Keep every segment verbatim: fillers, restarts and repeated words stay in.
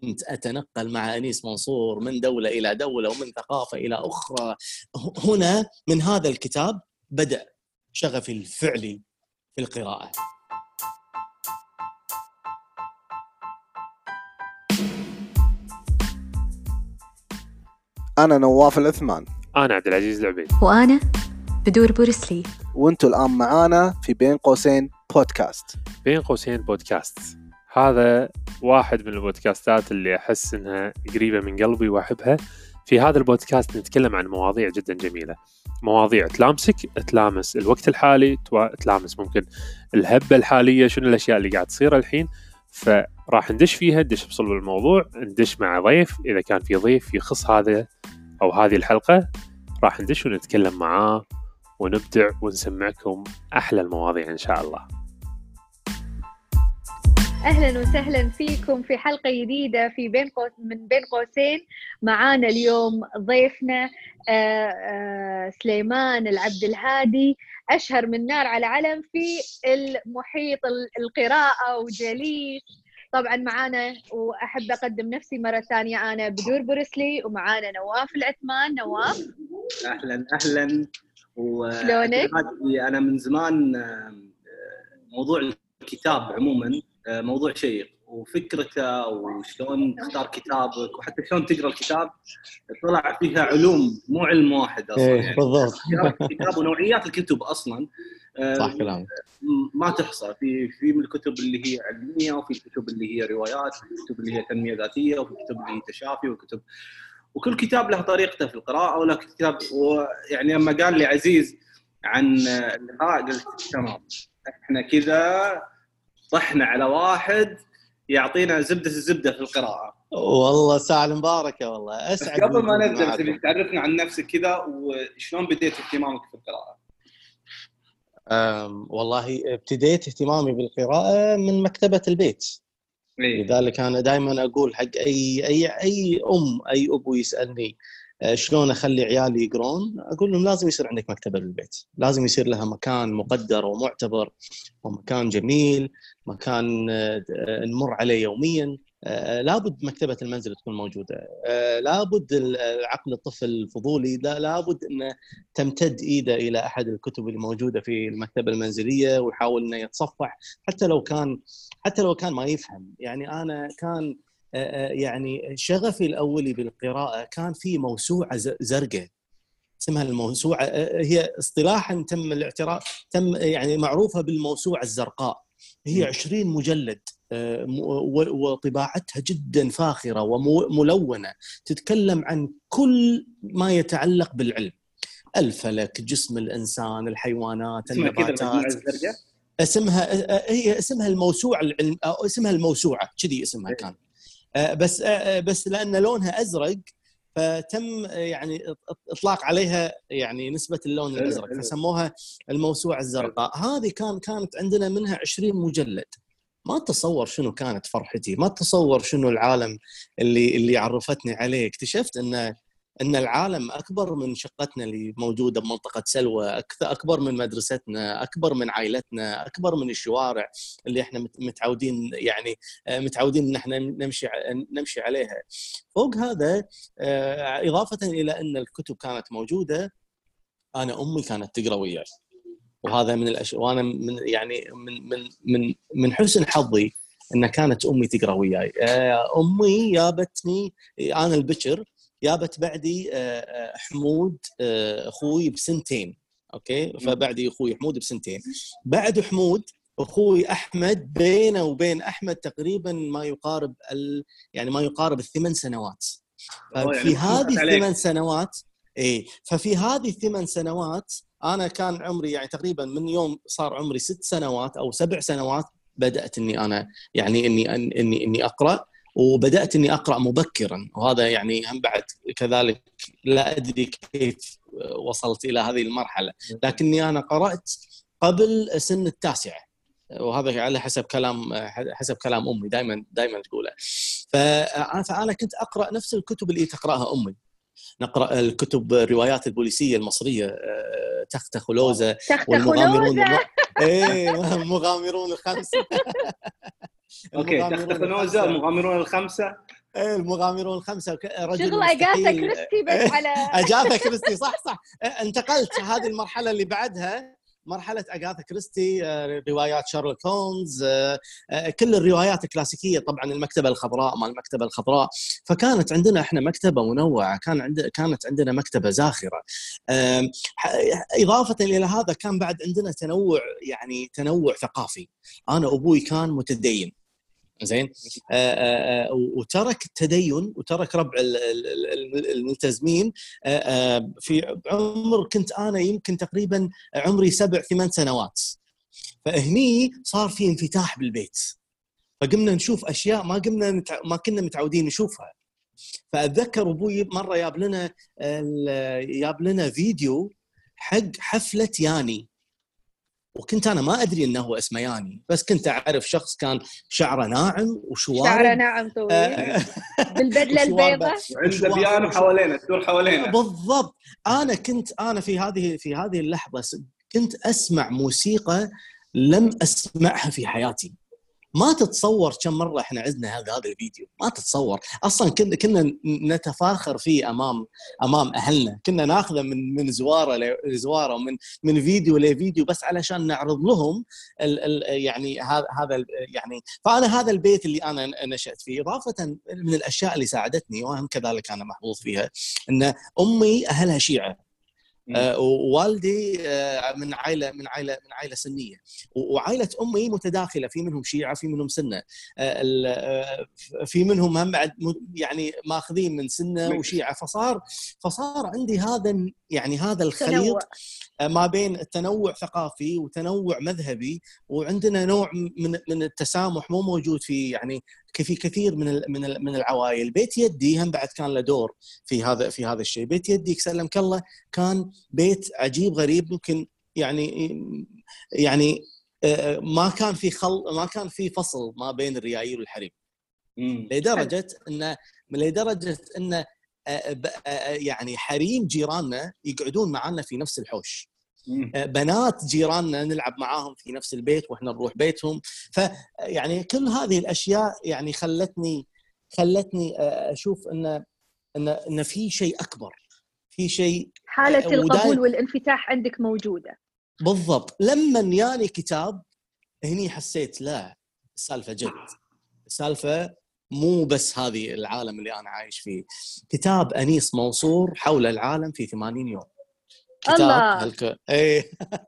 كنت أتنقل مع أنيس منصور من دولة إلى دولة ومن ثقافة إلى أخرى. هنا من هذا الكتاب بدأ شغفي الفعلي في القراءة. أنا نواف العثمان. أنا عبد العزيز العبيد. وأنا بدور بورسلي. وأنتوا الآن معانا في بين قوسين بودكاست. بين قوسين بودكاست هذا واحد من البودكاستات اللي أحس إنها قريبة من قلبي وأحبها. في هذا البودكاست نتكلم عن مواضيع جدا جميلة، مواضيع تلامسك، تلامس الوقت الحالي، تلامس ممكن الهبة الحالية، شنو الأشياء اللي قاعد تصير الحين. فراح ندش فيها، ندش بصلب الموضوع، ندش مع ضيف إذا كان في ضيف يخص هذا أو هذه الحلقة، راح ندش ونتكلم معاه ونبدع ونسمعكم أحلى المواضيع إن شاء الله. أهلا وسهلا فيكم في حلقة جديدة في بين قوس من بين قوسين. معانا اليوم ضيفنا آآ آآ سليمان العبد الهادي، أشهر من نار على علم في المحيط القراءة وجليس. طبعا معانا، وأحب أقدم نفسي مرة ثانية، أنا بدور بورسلي، ومعانا نواف العثمان. نواف أهلا أهلا. شلونك؟ أنا من زمان موضوع الكتاب عموما موضوع شيق، وفكرته وشلون تختار كتابك وحتى شلون تقرأ الكتاب طلع فيها علوم، مو علم واحد أصلا. إيه يعني بالضبط. الكتاب ونوعيات الكتب أصلا صح كلامك، ما تحصى. في في من الكتب اللي هي علمية، وفي الكتب اللي هي روايات، وفي الكتب اللي هي تنمية ذاتية، وفي الكتب اللي هي تشافي، وكتب، وكل كتاب له طريقته في القراءة وله كتاب. ويعني لما قال لي عزيز عن اللقاء قلت تمام، احنا كذا طحنا على واحد يعطينا زبدة الزبدة في القراءة. والله ساعة المباركة، والله أسعد. قبل ما نبدأ تبي تعرفنا عن نفسك كذا وشلون بديت اهتمامك في القراءة؟ أم والله ابتديت اهتمامي بالقراءة من مكتبة البيت. إيه؟ لذلك أنا دائما أقول حق أي أي أي أم أي أبو يسألني شلون أخلي عيالي يقرون، أقول لهم لازم يصير عندك مكتبة بالبيت، لازم يصير لها مكان مقدر ومعتبر ومكان جميل، مكان نمر عليه يوميا. لابد مكتبة المنزل تكون موجودة، لابد عقل الطفل الفضولي لا لابد أنه تمتد إيده إلى أحد الكتب اللي موجودة في المكتبة المنزلية ويحاول أنه يتصفح، حتى لو كان حتى لو كان ما يفهم. يعني أنا كان يعني شغفي الأولي بالقراءة كان في موسوعة زرقاء اسمها الموسوعة، هي اصطلاحا تم الاعتراف تم يعني معروفة بالموسوعة الزرقاء. هي عشرين مجلد وطباعتها جدا فاخرة وملونة، تتكلم عن كل ما يتعلق بالعلم، الفلك، جسم الإنسان، الحيوانات، النباتات. اسمها هي اسمها الموسوعة العلم أو اسمها الموسوعة كذي اسمها كان، بس بس لأن لونها أزرق فتم يعني إطلاق عليها يعني نسبة اللون الأزرق، فسموها الموسوعة الزرقاء. هذه كان كانت عندنا منها عشرين مجلد. ما تصور شنو كانت فرحتي، ما تصور شنو العالم اللي اللي عرفتني عليه. اكتشفت ان ان العالم اكبر من شقتنا اللي موجوده بمنطقه سلوى، اكبر من مدرستنا، اكبر من عائلتنا، اكبر من الشوارع اللي احنا متعودين يعني متعودين ان احنا نمشي نمشي عليها. فوق هذا اضافه الى ان الكتب كانت موجوده، انا امي كانت تقرا وياي، وهذا من الاشياء، وانا من يعني من من من من حسن حظي ان كانت امي تقرا وياي. امي جابتني انا البكر، جابت بعدي حمود اخوي بسنتين، اوكي، فبعدي اخوي حمود بسنتين. بعد حمود اخوي احمد بينه وبين احمد تقريبا ما يقارب ال يعني ما يقارب الثمان سنوات. ففي هذه الثمان سنوات ايه ففي هذه الثمان سنوات انا كان عمري يعني تقريبا من يوم صار عمري ست سنوات او سبع سنوات بدات اني انا يعني اني اني اني اقرا، وبدات اني اقرا مبكرا. وهذا يعني هم بعد كذلك لا ادري كيف وصلت الى هذه المرحله، لكني انا قرات قبل سن التاسعه، وهذا على حسب كلام حسب كلام امي دائما دائما تقوله. فانا كنت اقرا نفس الكتب اللي تقراها امي. نقرأ الكتب الروايات البوليسية المصرية، تختخ ولوزة والمغامرون الم... ايه مغامرون الخمسة. اوكي، تختخ ولوزة المغامرون الخمسة المغامرون الخمسة رجل شغل أجاثا كريستي بس على أجاثا كريستي صح صح. انتقلت هذه المرحلة اللي بعدها مرحلة أغاثا كريستي، روايات شارلوك هولمز، كل الروايات الكلاسيكية، طبعا المكتبة الخضراء مال المكتبة الخضراء. فكانت عندنا احنا مكتبة منوعة، كان عند كانت عندنا مكتبة زاخرة. إضافة إلى هذا كان بعد عندنا تنوع، يعني تنوع ثقافي. أنا أبوي كان متدين زين، وترك التدين وترك ربع الملتزمين في عمر كنت أنا يمكن تقريبا عمري سبع ثمان سنوات. فهني صار في انفتاح بالبيت، فقمنا نشوف أشياء ما قمنا متع... ما كنا متعودين نشوفها. فأتذكر أبوي مرة ياب لنا ياب لنا فيديو حق حفلة ياني، وكنت أنا ما أدري أنه اسمه ياني، بس كنت أعرف شخص كان شعره ناعم وشوارب، شعره ناعم طويل بالبدلة البيضاء، عنده بيانو حوالينا تدور حوالينا. بالضبط. أنا كنت أنا في هذه في هذه اللحظة كنت أسمع موسيقى لم أسمعها في حياتي. ما تتصور كم مرة إحنا عزنا هذا هذا الفيديو، ما تتصور أصلاً. كنا كنا نتفاخر فيه أمام أمام أهلنا، كنا ناخذه من من زوارة لزوارة ومن من فيديو لفيديو بس علشان نعرض لهم ال ال يعني هذا هذا يعني. فأنا هذا البيت اللي أنا نشأت فيه. إضافة من الأشياء اللي ساعدتني وهم كذلك أنا محظوظ فيها، إن أمي أهلها شيعة، آه ووالدي آه من عائله من عائله من عائله سنيه، وعائله امي متداخله، في منهم شيعه في منهم سنه، آه في منهم هم يعني ماخذين من سنه وشيعه. فصار فصار عندي هذا يعني هذا الخليط ما بين التنوع ثقافي وتنوع مذهبي، وعندنا نوع من من التسامح مو موجود في يعني في كثير من من من العوائل. بيت يدي هم بعد كان له دور في هذا في هذا الشيء. بيت يدي سلمك الله كان بيت عجيب غريب، ممكن يعني يعني ما كان في خل ما كان في فصل ما بين الريايل والحريم، لدرجه ان لدرجه ان يعني حريم جيراننا يقعدون معنا في نفس الحوش، بنات جيراننا نلعب معاهم في نفس البيت واحنا نروح بيتهم. فيعني كل هذه الاشياء يعني خلتني خلتني اشوف ان ان ان في شيء اكبر، في شيء حاله القبول والانفتاح عندك موجوده. بالضبط. لما ياني كتاب هني حسيت لا، السالفه جد، السالفه مو بس هذه العالم اللي انا عايش فيه. كتاب أنيس منصور حول العالم في ثمانين يوم. كتاب هلك ايه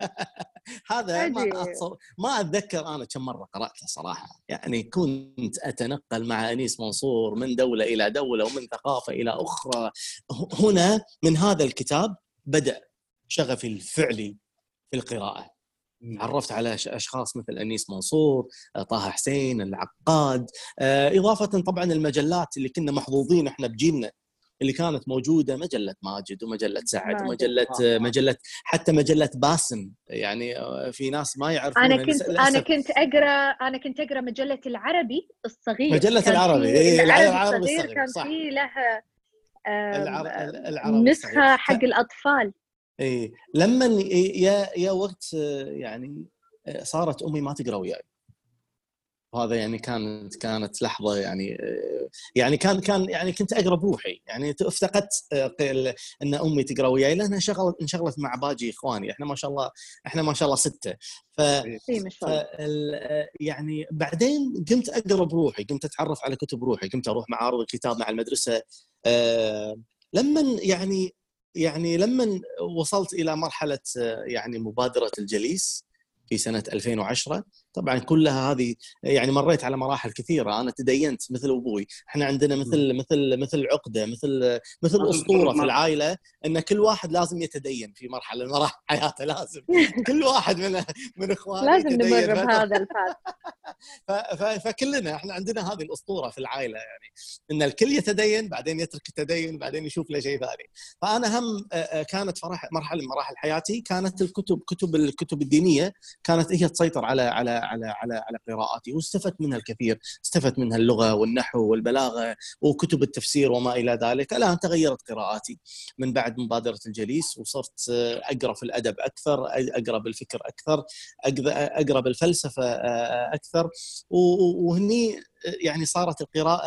هذا ما أتصور ما اتذكر انا كم مره قراته صراحه. يعني كنت اتنقل مع أنيس منصور من دوله الى دوله ومن ثقافه الى اخرى. هنا من هذا الكتاب بدا شغفي الفعلي في القراءه. عرفت على اشخاص مثل أنيس منصور، طه حسين، العقاد، اضافه طبعا المجلات اللي كنا محظوظين احنا بجيلنا اللي كانت موجوده، مجله ماجد ومجله سعد ومجله مجله حتى مجله باسم. يعني في ناس ما يعرفون. انا كنت انا كنت اقرا انا كنت اقرا مجله العربي الصغير، مجله العربي إيه العربي, العربي الصغير, الصغير كان صح. في لها العربي نسخه حق الاطفال. اي لما يا يا وقت يعني صارت امي ما تقرا وياي، وهذا يعني كانت كانت لحظه يعني يعني كان كان يعني كنت اقرا بروحي. يعني افتقدت ان امي تقرا وياي لانها شغل انشغلت مع باقي اخواني. احنا ما شاء الله احنا ما شاء الله سته. ف, ف يعني بعدين قمت اقرا بروحي، قمت اتعرف على كتب روحي، قمت اروح معارض الكتاب مع المدرسه. أه لما يعني يعني لما وصلت الى مرحله يعني مبادره الجليس في سنة ألفين وعشرة، طبعا كلها هذه يعني مريت على مراحل كثيرة. أنا تدينت مثل أبوي. إحنا عندنا مثل مثل مثل عقدة، مثل مثل أسطورة في العائلة أن كل واحد لازم يتدين في مرحلة من مراحل حياته. لازم كل واحد من من إخواني لازم نمر بهذا الفاز. فكلنا إحنا عندنا هذه الأسطورة في العائلة، يعني إن الكل يتدين بعدين يترك التدين بعدين يشوف له شيء ثاني. فأنا هم كانت مرحلة من مراحل حياتي كانت الكتب كتب الكتب الدينية كانت هي تسيطر على على على على على قراءاتي، واستفدت منها الكثير. استفدت منها اللغة والنحو والبلاغة وكتب التفسير وما إلى ذلك. الآن تغيرت قراءاتي من بعد مبادرة الجليس، وصرت أقرأ في الأدب أكثر، أقرأ بالفكر أكثر، أقرأ بالفلسفة أكثر. وهني يعني صارت القراءة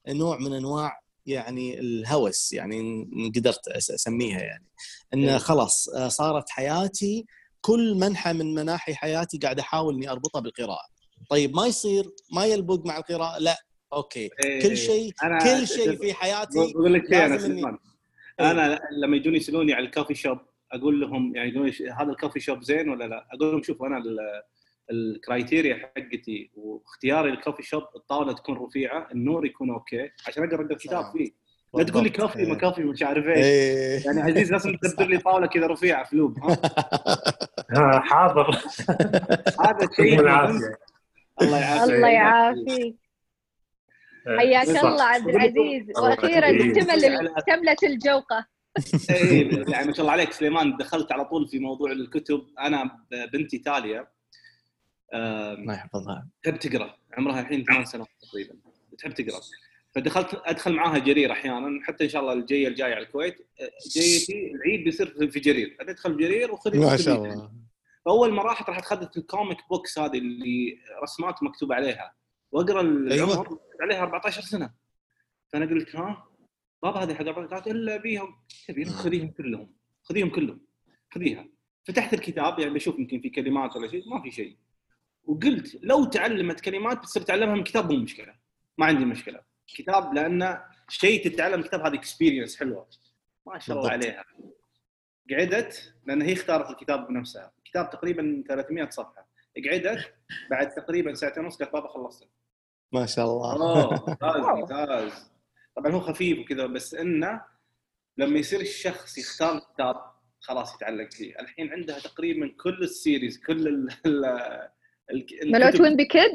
نوع من انواع يعني الهوس، يعني قدرت اسميها، يعني ان خلاص صارت حياتي كل منحى من مناحي حياتي قاعد احاول اني اربطها بالقراءه. طيب ما يصير، ما يلبق مع القراءه، لا اوكي كل شيء كل شيء في حياتي بقول لك شيء انا لازم إني... انا لما يجوني يسالوني على الكافي شوب اقول لهم يعني يقولون هذا الكافي شوب زين ولا لا، اقول لهم شوف انا الكرايتيريا حقتي واختياري للكافي شوب الطاوله تكون رفيعه، النور يكون اوكي عشان اقدر اقرا كتاب فيه. لا تقول لي كافي ما كافي مش عارف ايش. إيه. يعني عزيز لازم تدبر لي طاوله كذا رفيعه فلوب. ها حاضر. هذا شيء الله يعافيك. الله يعافيك. حياك الله عبد العزيز. واخيرا اكتمل اكتملت الجوقه. اي يعني ما شاء الله عليك سليمان، دخلت على طول في موضوع الكتب. انا بنتي تاليا الله يحفظها تحب تقرا، عمرها الحين ثمان سنوات تقريبا، تحب تقرا. فدخلت ادخل معاها جرير احيانا، حتى ان شاء الله الجايه الجايه على الكويت جايتي العيد بيصير في جرير، ادخل جرير وخذي ما شاء الله. فاول ما راحت راحت اخذت الكوميك بوكس هذه اللي رسمات مكتوب عليها، واقرا العمر أيوة. عليها أربعة عشر سنه. فانا قلت ها بابا هذه حق أربعة عشر الا بيهم تبين خذيهم كلهم خذيهم كلهم خذيها. فتحت الكتاب يعني بشوف يمكن في كلمات ولا شيء، ما في شيء. وقلت لو تعلمت كلمات بتصير تعلمها من كتاب مو مشكله، ما عندي مشكله كتاب، لأن شيء تتعلم كتاب هذه اكسبيرينس حلوه ما شاء الله عليها. قعدت لأن هي اختارت الكتاب بنفسها، كتاب تقريبا ثلاثمية صفحه. قعدت بعد تقريبا ساعتين ونص قالت بابا خلصت. ما شاء الله. اوه ممتاز. طبعا هو خفيف وكذا، بس انه لما يصير الشخص يختار كتاب خلاص يتعلق فيه. الحين عندها تقريبا كل السيريز، كل ال ال ملوت وين بكد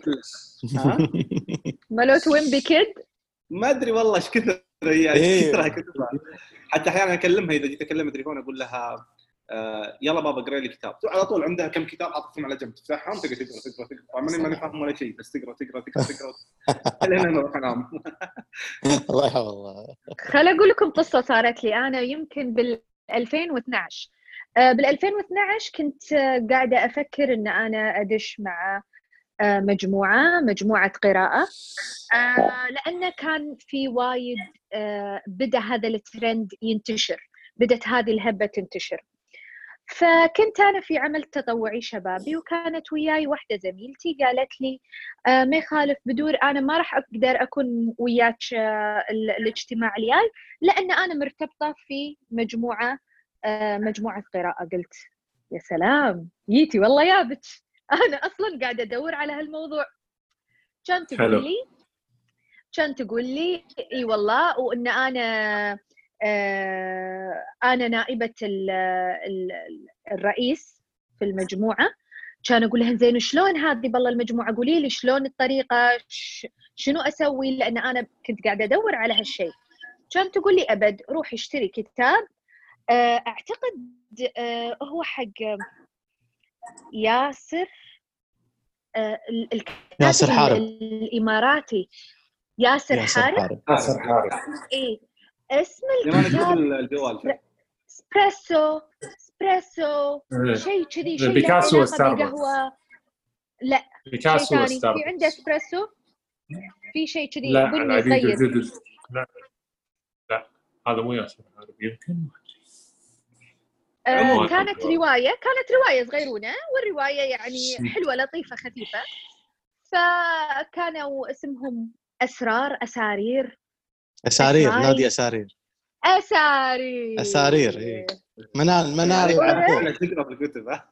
ملوت وين بكد ما ادري والله ايش كثر هي ايش كثرها كتبها. حتى احيانا اكلمها اذا جيت اكلمها تليفون اقول لها آه يلا بابا اقرا لي كتاب، على طول عندها كم كتاب حاططهم على جنب تفتحهم تقرا تقرا تقرا تقرا ماني ماني فاهم ولا شيء، بس تقرا تقرا تقرا تقرا لين انا اروح انام. الله يحفظها. خل اقول لكم قصه صارت لي انا يمكن بال ألفين واثناشر. آه بال ألفين واثناشر كنت قاعده افكر ان انا ادش مع آه مجموعه مجموعه قراءه، آه لانه كان في وايد آه بدا هذا الترند ينتشر، بدت هذه الهبه تنتشر. فكنت أنا في عمل تطوعي شبابي، وكانت وياي واحدة زميلتي قالت لي آه ما يخالف بدور أنا ما راح أقدر أكون وياك آه الاجتماع الجاي لأن أنا مرتبطة في مجموعة آه مجموعة قراءة. قلت يا سلام ييتي والله يابك، أنا أصلاً قاعدة أدور على هالموضوع. كانت تقول لي كانت تقول لي إي والله، وإن أنا آه أنا نائبة ال ال الرئيس في المجموعة. كان أقول لها زين شلون هذه بالله المجموعة، قولي لي شلون الطريقة، شنو أسوي، لأن أنا كنت قاعدة أدور على هالشيء. كانت تقول لي أبد روح اشتري كتاب آه أعتقد آه هو حق ياسر آه ياسر حارب الإماراتي ياسر, ياسر حارب. حارب ياسر حارب إيه اسم الكتاب الجوال اسبريسو اسبريسو شيء كذي، شيء بيكاسو وستاربكس. لا بيكاسو شيء ثاني في عنده اسبريسو، في شيء كذي بني صغير. لا لا هذا مو ياسر حارب يمكن. آه كانت روايه كانت روايه صغيرونه، والروايه يعني حلوه لطيفه خفيفه. فكانوا اسمهم اسرار اسارير اسارير نادي اسارير اسارير اسارير اي منال منال انا تقرا في الكتب ها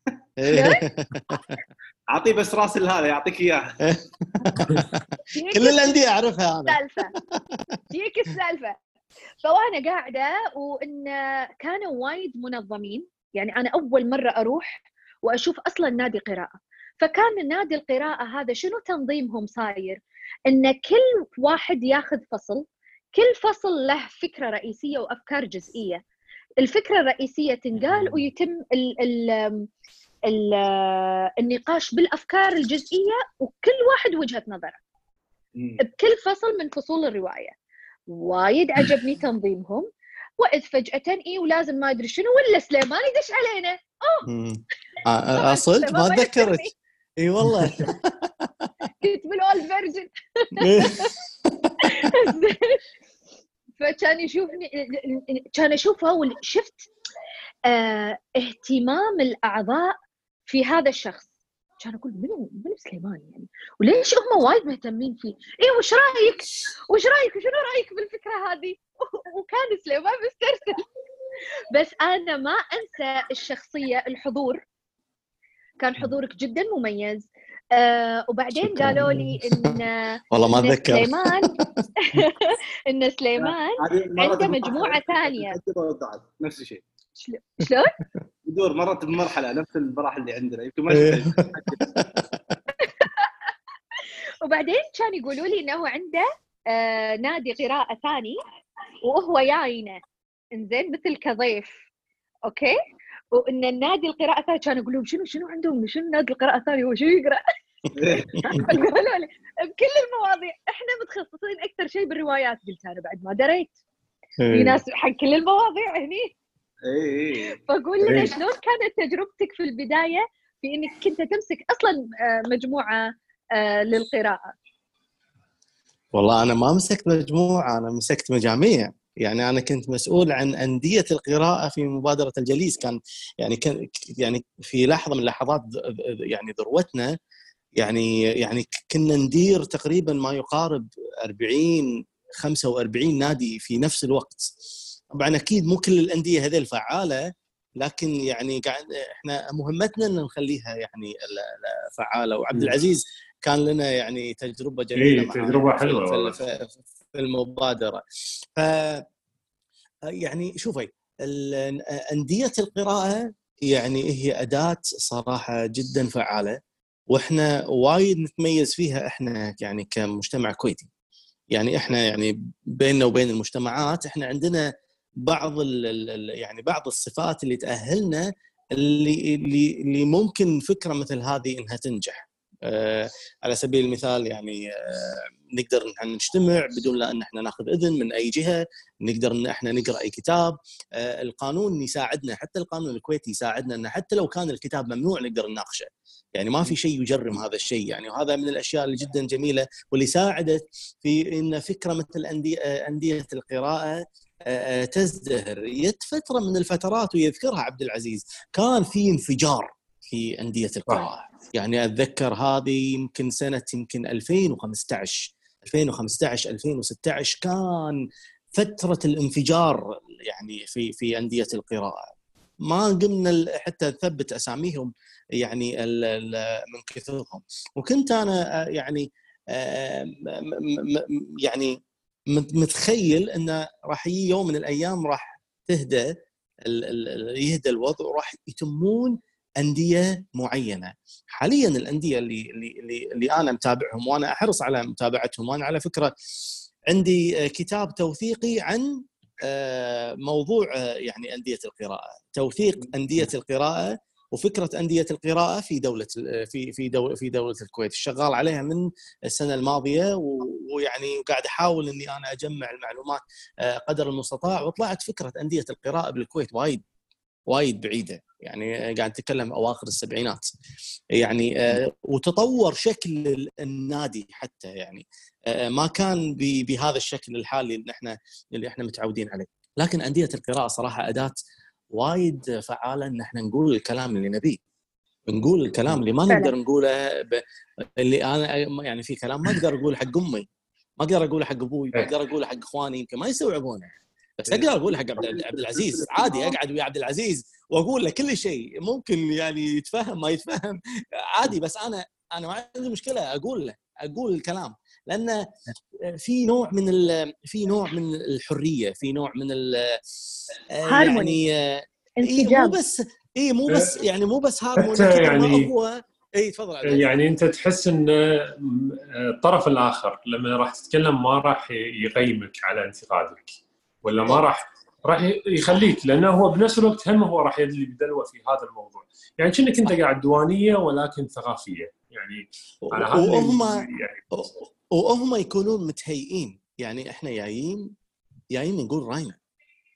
اعطيه بس راس هذا يعطيك اياه. كل الانديه اعرفها انا السالفه ديك السالفه. فوانا قاعده وان كانوا وايد منظمين، يعني انا اول مره اروح واشوف اصلا نادي قراءه. فكان نادي القراءه هذا شنو تنظيمهم صاير، ان كل واحد ياخذ فصل، كل فصل له فكرة رئيسية وأفكار جزئية. الفكرة الرئيسية تنقال ويتم ال ال ال النقاش بالأفكار الجزئية، وكل واحد وجهة نظره بكل فصل من فصول الرواية. وايد عجبني تنظيمهم. وإذ فجأة إيه ولازم ما أدري شنو ولا سليمان يدش علينا. أوه أصدق ما أتذكرت. إي والله كنت بالأولد فيرجن. فكان يشوفني، كان أشوفه وشفت اه اهتمام الأعضاء في هذا الشخص. كان أقول منو منو سليمان يعني، وليش هم وايد مهتمين فيه؟ إيه وش رأيك وش رأيك وشنو رأيك بالفكرة هذه؟ وكان سليمان مسترسل. بس أنا ما أنسى الشخصية، الحضور كان حضورك جدا مميز. آه وبعدين شكرا. قالوا لي إن والله ما أتذكر سليمان إن سليمان عنده مجموعة ثانية نفس الشيء. شلون؟ يدور مرت بمرحلة نفس المراحل اللي عندنا يمكن ما وبعدين كان يقولوا لي إنه عنده آه نادي قراءة ثاني وهو جاينا إنزين مثل كضيف، أوكي؟ وإن النادي القراءة الثاني كان يقول لهم شنو شنو عندهم شنو نادي القراءة الثاني هو شو يقرأ؟ قالوا لي بكل المواضيع إحنا متخصصين أكثر شيء بالروايات. قلت أنا بعد ما دريت في ناس حق كل المواضيع هني. فقول لنا شلون كانت تجربتك في البداية في إنك كنت تمسك أصلاً مجموعة للقراءة؟ والله أنا ما مسكت مجموعة، أنا مسكت مجاميع. يعني أنا كنت مسؤول عن أندية القراءة في مبادرة الجليس. كان يعني كان يعني في لحظة من لحظات يعني ذروتنا، يعني يعني كنا ندير تقريبا ما يقارب أربعين خمسة وأربعين نادي في نفس الوقت. طبعا أكيد مو كل الأندية هذه الفعالة، لكن يعني قاعد إحنا مهمتنا أن نخليها يعني فعالة. وعبد العزيز كان لنا يعني تجربة جميلة معنا، تجربة حلوة في, في المبادرة. ف يعني شوفي أندية القراءة يعني هي أداة صراحة جدا فعالة، وإحنا وايد نتميز فيها إحنا يعني كمجتمع كويتي. يعني إحنا يعني بيننا وبين المجتمعات إحنا عندنا بعض ال يعني بعض الصفات اللي تأهلنا اللي اللي اللي ممكن فكرة مثل هذه إنها تنجح. آه على سبيل المثال يعني آه نقدر ان نجتمع بدون لا ان احنا ناخذ اذن من اي جهه، نقدر ان احنا نقرا اي كتاب. آه القانون يساعدنا، حتى القانون الكويتي يساعدنا ان حتى لو كان الكتاب ممنوع نقدر نناقشه. يعني ما في شيء يجرم هذا الشيء يعني. وهذا من الاشياء اللي جدا جميله واللي ساعدت في ان فكره مثل انديه انديه القراءه آه تزدهر. يت فتره من الفترات ويذكرها عبد العزيز كان في انفجار في انديه القراءه. يعني اتذكر هذه يمكن سنه يمكن ألفين وخمسة عشر ألفين وخمسة عشر ألفين وستة عشر كان فتره الانفجار يعني في في انديه القراءه. ما قمنا حتى نثبت اساميهم يعني من كثرهم. وكنت انا يعني يعني متخيل انه راح يجي يوم من الايام راح تهدى يهدى الوضع وراح يتمون أندية معينة. حاليا الأندية اللي اللي اللي أنا متابعهم وأنا أحرص على متابعتهم، وأنا على فكرة عندي كتاب توثيقي عن موضوع يعني أندية القراءة، توثيق أندية القراءة وفكرة أندية القراءة في دولة في في دولة في دولة الكويت. شغال عليها من السنة الماضية، ويعني قاعد أحاول إني أنا أجمع المعلومات قدر المستطاع. وطلعت فكرة أندية القراءة بالكويت وايد وايد بعيدة، يعني قاعد نتكلم أواخر السبعينات يعني. وتطور شكل النادي حتى يعني ما كان بهذا الشكل الحالي اللي احنا اللي احنا متعودين عليه. لكن أندية القراءة صراحة أداة وايد فعالة ان احنا نقول الكلام اللي نبيه، نقول الكلام اللي ما نقدر نقوله ب... اللي انا يعني في كلام ما اقدر اقول حق امي، ما اقدر اقول حق ابوي، ما اقدر اقول حق اخواني يمكن ما يستوعبونه، بس اقدر اقول حق عبد العزيز عادي. اقعد ويا عبد العزيز واقول له كل شيء، ممكن يعني يتفهم ما يتفهم عادي، بس انا انا ما عندي مشكله اقول له اقول الكلام، لان في نوع من في نوع من الحريه، في نوع من يعني انسجام. مو بس اي مو بس يعني مو بس هارموني يعني هو اي تفضل. يعني انت تحس ان الطرف الاخر لما راح تتكلم ما راح يقيمك على انتقادك، ولا ما راح راح يخليك، لانه هو بنفس الوقت هم هو راح يدلي بدلوه في هذا الموضوع. يعني كأنك انت قاعد دوانيه ولكن ثقافيه يعني. على هذا وهم يعني وهم يكونون متهيئين، يعني احنا جايين جايين نقول راينا،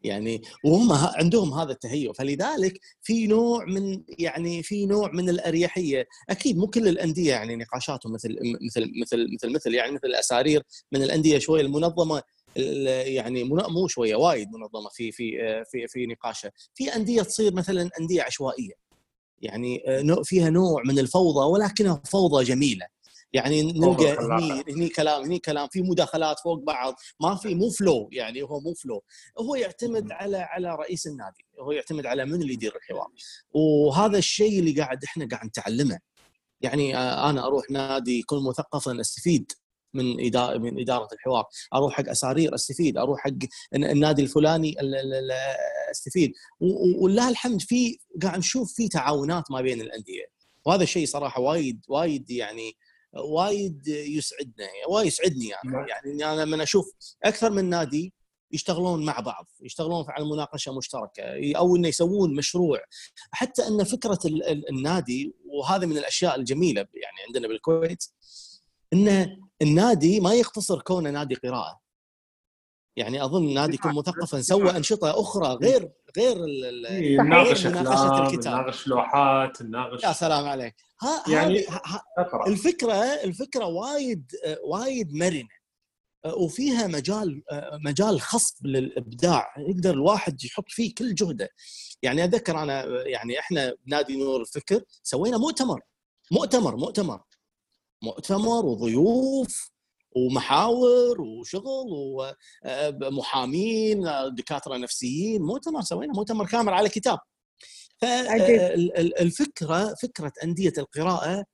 يعني وهم عندهم هذا التهيؤ، فلذلك في نوع من يعني في نوع من الاريحيه. اكيد مو كل الانديه يعني نقاشاتهم مثل مثل مثل مثل مثل يعني مثل الاسارير من الانديه شويه المنظمه، يعني مو شويه وايد منظمه في في في في نقاشه. في انديه تصير مثلا انديه عشوائيه، يعني فيها نوع من الفوضى ولكنها فوضى جميله. يعني نلقى هني هني كلام هني كلام في مداخلات فوق بعض، ما في مو فلو، يعني هو مو فلو، هو يعتمد على على رئيس النادي، هو يعتمد على من اللي يدير الحوار. وهذا الشيء اللي قاعد احنا قاعد نتعلمه. يعني انا اروح نادي يكون مثقفا استفيد من إدارة من إدارة الحوار، أروح حق أسارير استفيد، أروح حق النادي الفلاني استفيد. والله الحمد في قاعد نشوف في تعاونات ما بين الأندية، وهذا الشيء صراحة وايد وايد يعني وايد يسعدنا، وايد يسعدني يعني. يعني أنا من أشوف أكثر من نادي يشتغلون مع بعض، يشتغلون على مناقشة مشتركة، أو إنه يسوون مشروع. حتى أن فكرة النادي، وهذا من الأشياء الجميلة يعني عندنا بالكويت، إن النادي ما يقتصر كونه نادي قراءة. يعني أظن نادي يكون مثقفا سوى أنشطة أخرى غير غير نناقش مناقشة الكتاب، نناقش لوحات، نناقش. يا سلام عليك. ها يعني ها الفكرة الفكرة وايد وايد مرنة، وفيها مجال مجال خصب للإبداع، يقدر الواحد يحط فيه كل جهده. يعني أذكر أنا يعني إحنا بنادي نور الفكر سوينا مؤتمر مؤتمر مؤتمر مؤتمر وضيوف ومحاور وشغل ومحامين دكاترة نفسيين، مؤتمر سوينا مؤتمر كامل على كتاب. فالفكرة فكرة أندية القراءة،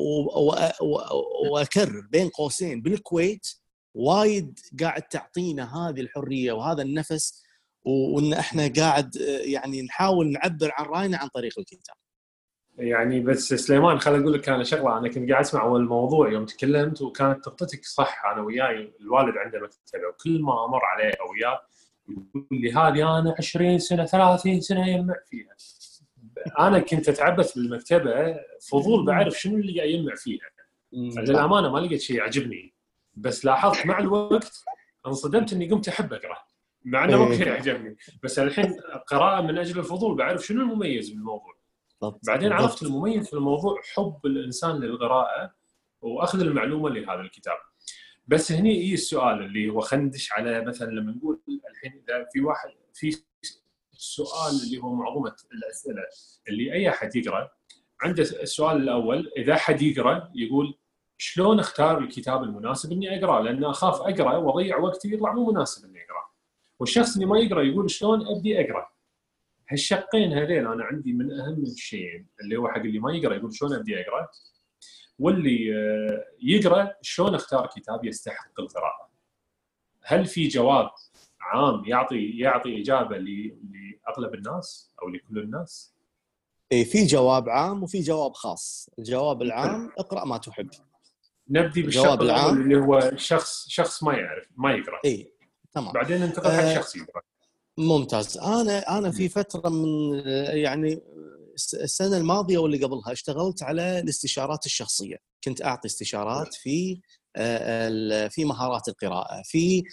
وأكرر بين قوسين بالكويت وايد قاعد تعطينا هذه الحرية وهذا النفس، وإن إحنا قاعد يعني نحاول نعبر عن رأينا عن طريق الكتاب. يعني بس سليمان خليني أقول لك أنا شغلة، أنا كنت قاعد أسمع أول الموضوع يوم تكلمت، وكانت تغطيتك صح. أنا وياي الوالد عنده مكتبة، وكل ما أمر عليه أو وياه يقول لي هذه أنا عشرين سنة ثلاثين سنة يجمع فيها. أنا كنت أتعبث بالمكتبة فضول بعرف شنو اللي قاعد يجمع فيها. للأمانة ما لقيت شيء يعجبني، بس لاحظت مع الوقت انصدمت إني قمت أحب أقرأ، مع أنه ما كان يعجبني، بس الحين قراءة من أجل الفضول، بعرف شنو المميز بالموضوع. بعدين عرفت المميز في الموضوع حب الإنسان للقراءة وأخذ المعلومة لهذا الكتاب. بس هني إيه السؤال اللي هو خندش على مثلا لما نقول الحين إذا في واحد في السؤال اللي هو معظمة الأسئلة اللي أي أحد يقرأ عنده السؤال الأول، إذا حد يقرأ يقول شلون اختار الكتاب المناسب إني أقرأ، لأن أخاف أقرأ وأضيع وقتي يطلع مو مناسب إني أقرأ. والشخص اللي ما يقرأ يقول شلون أبدي أقرأ. هالشقين هذين أنا عندي من أهم الشيء، اللي هو حق اللي ما يقرأ يقول شلون أبدي أقرأ، واللي يقرأ شلون اختار كتاب يستحق القراءة. هل في جواب عام يعطي يعطي إجابة لأغلب الناس أو لكل الناس؟ إيه، في جواب عام وفي جواب خاص. الجواب العام اقرأ ما تحب. نبدي بالجواب العام اللي هو شخص شخص ما يعرف ما يقرأ. إيه تمام. بعدين ننتقل حق شخص يقرأ. ممتاز. أنا أنا في فترة من يعني السنة الماضية واللي قبلها اشتغلت على الاستشارات الشخصية. كنت أعطي استشارات في في مهارات القراءة، في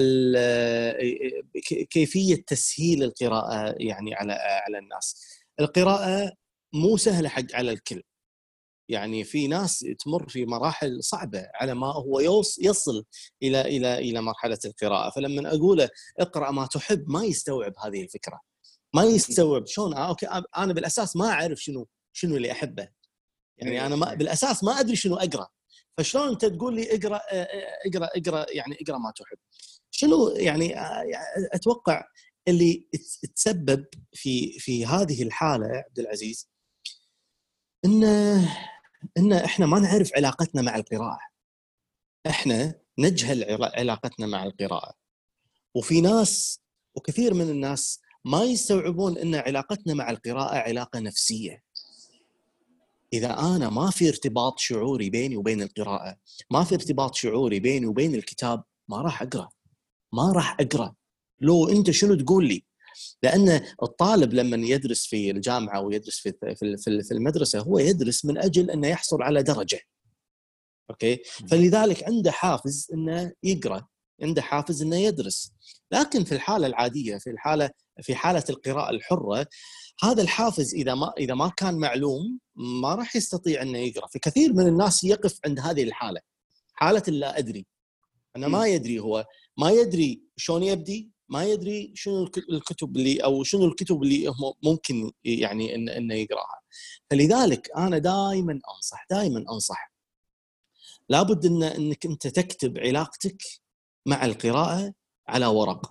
كيفية تسهيل القراءة يعني على على الناس. القراءة مو سهلة حق على الكل، يعني في ناس تمر في مراحل صعبة على ما هو يصل إلى إلى إلى مرحلة القراءة. فلما أقوله اقرأ ما تحب ما يستوعب هذه الفكرة، ما يستوعب شلون. آه أوكي أنا بالأساس ما أعرف شنو شنو اللي أحبه، يعني أنا ما بالأساس ما أدري شنو أقرأ، فشلون أنت تقول لي اقرأ اقرأ اقرأ يعني اقرأ ما تحب؟ شنو يعني؟ أتوقع اللي تسبب في في هذه الحالة عبد العزيز إن إن إحنا ما نعرف علاقتنا مع القراءة. إحنا نجهل علاقتنا مع القراءة، وفي ناس وكثير من الناس ما يستوعبون إن علاقتنا مع القراءة علاقة نفسية. إذا أنا ما في ارتباط شعوري بيني وبين القراءة، ما في ارتباط شعوري بيني وبين الكتاب، ما راح أقرأ ما راح أقرأ لو أنت شنو تقول لي. لأن الطالب لما يدرس في الجامعة ويدرس في في المدرسة هو يدرس من أجل أنه يحصل على درجة، أوكي؟ فلذلك عنده حافز أنه يقرأ. عنده حافز انه يدرس. لكن في الحاله العاديه، في الحاله في حاله القراءه الحره، هذا الحافز اذا ما اذا ما كان معلوم ما راح يستطيع انه يقرا. في كثير من الناس يقف عند هذه الحاله، حاله اللا ادري. انا ما يدري، هو ما يدري شلون يبدي، ما يدري شنو الكتب اللي او شنو الكتب اللي ممكن يعني انه إن يقراها. فلذلك انا دائما انصح دائما انصح لابد ان انك انت تكتب علاقتك مع القراءه على ورق.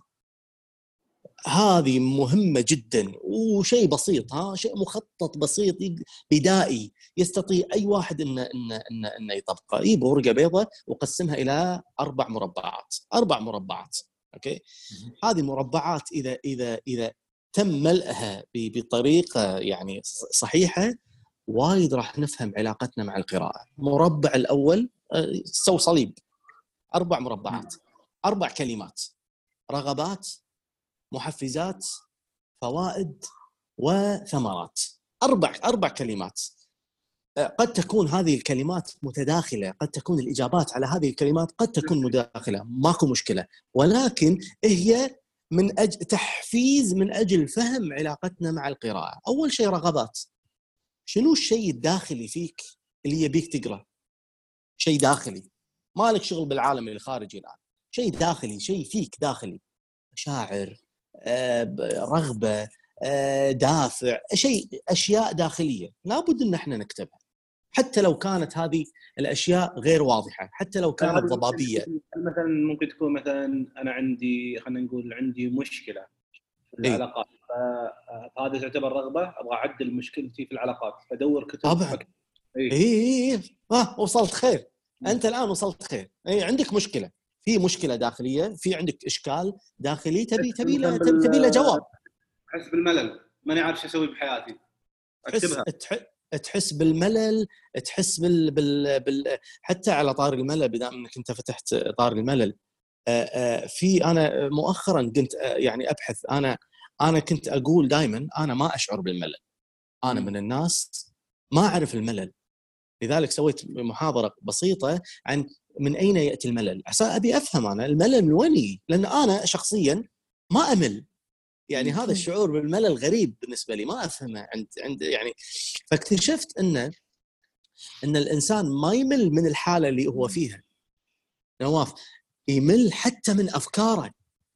هذه مهمه جدا، وشيء بسيط، ها شيء مخطط بسيط بدائي يستطيع اي واحد انه انه انه إن يطبقه. يجيب ورقه بيضاء وقسمها الى اربع مربعات، اربع مربعات، اوكي. هذه مربعات اذا اذا اذا تم ملئها بطريقه يعني صحيحه، وايد راح نفهم علاقتنا مع القراءه. مربع الاول سو صليب، اربع مربعات، اربع كلمات: رغبات، محفزات، فوائد، وثمرات. اربع اربع كلمات. قد تكون هذه الكلمات متداخله، قد تكون الاجابات على هذه الكلمات قد تكون متداخله، ماكو مشكله، ولكن هي من اجل تحفيز، من اجل فهم علاقتنا مع القراءه. اول شيء رغبات. شنو الشيء الداخلي فيك اللي يبيك تقرا؟ شيء داخلي، مالك شغل بالعالم الخارجي الان، شيء داخلي، شيء فيك داخلي، مشاعر، آه، رغبه، آه، دافع، شيء، اشياء داخليه لابد ان احنا نكتبها، حتى لو كانت هذه الاشياء غير واضحه، حتى لو كانت ضبابيه. مثلا ممكن تكون مثلا انا عندي، خلينا نقول عندي مشكله في العلاقات، فهذا تعتبر رغبه، ابغى اعدل مشكلتي في العلاقات، فادور كتب. طبعا اي اي اي اه وصلت خير. انت الان وصلت خير. اي عندك مشكله، في مشكله داخليه، في عندك اشكال داخلي، تبي تبي له تبي له جواب. احس بالملل، ماني عارف شو اسوي بحياتي، اكتبها. تحس تحس بالملل، تحس بال... بال... بال... حتى على طار الملل، بدام انك انت فتحت طار الملل، آآ آآ في انا مؤخرا كنت يعني ابحث، انا انا كنت اقول دائما انا ما اشعر بالملل، انا من الناس ما اعرف الملل. لذلك سويت محاضره بسيطه عن من اين ياتي الملل، عشان ابي افهم انا الملل من وين يجي، لان انا شخصيا ما امل. يعني هذا الشعور بالملل غريب بالنسبه لي، ما افهمه عند عند يعني. فاكتشفت ان ان الانسان ما يمل من الحاله اللي هو فيها، نواف، يمل حتى من افكاره،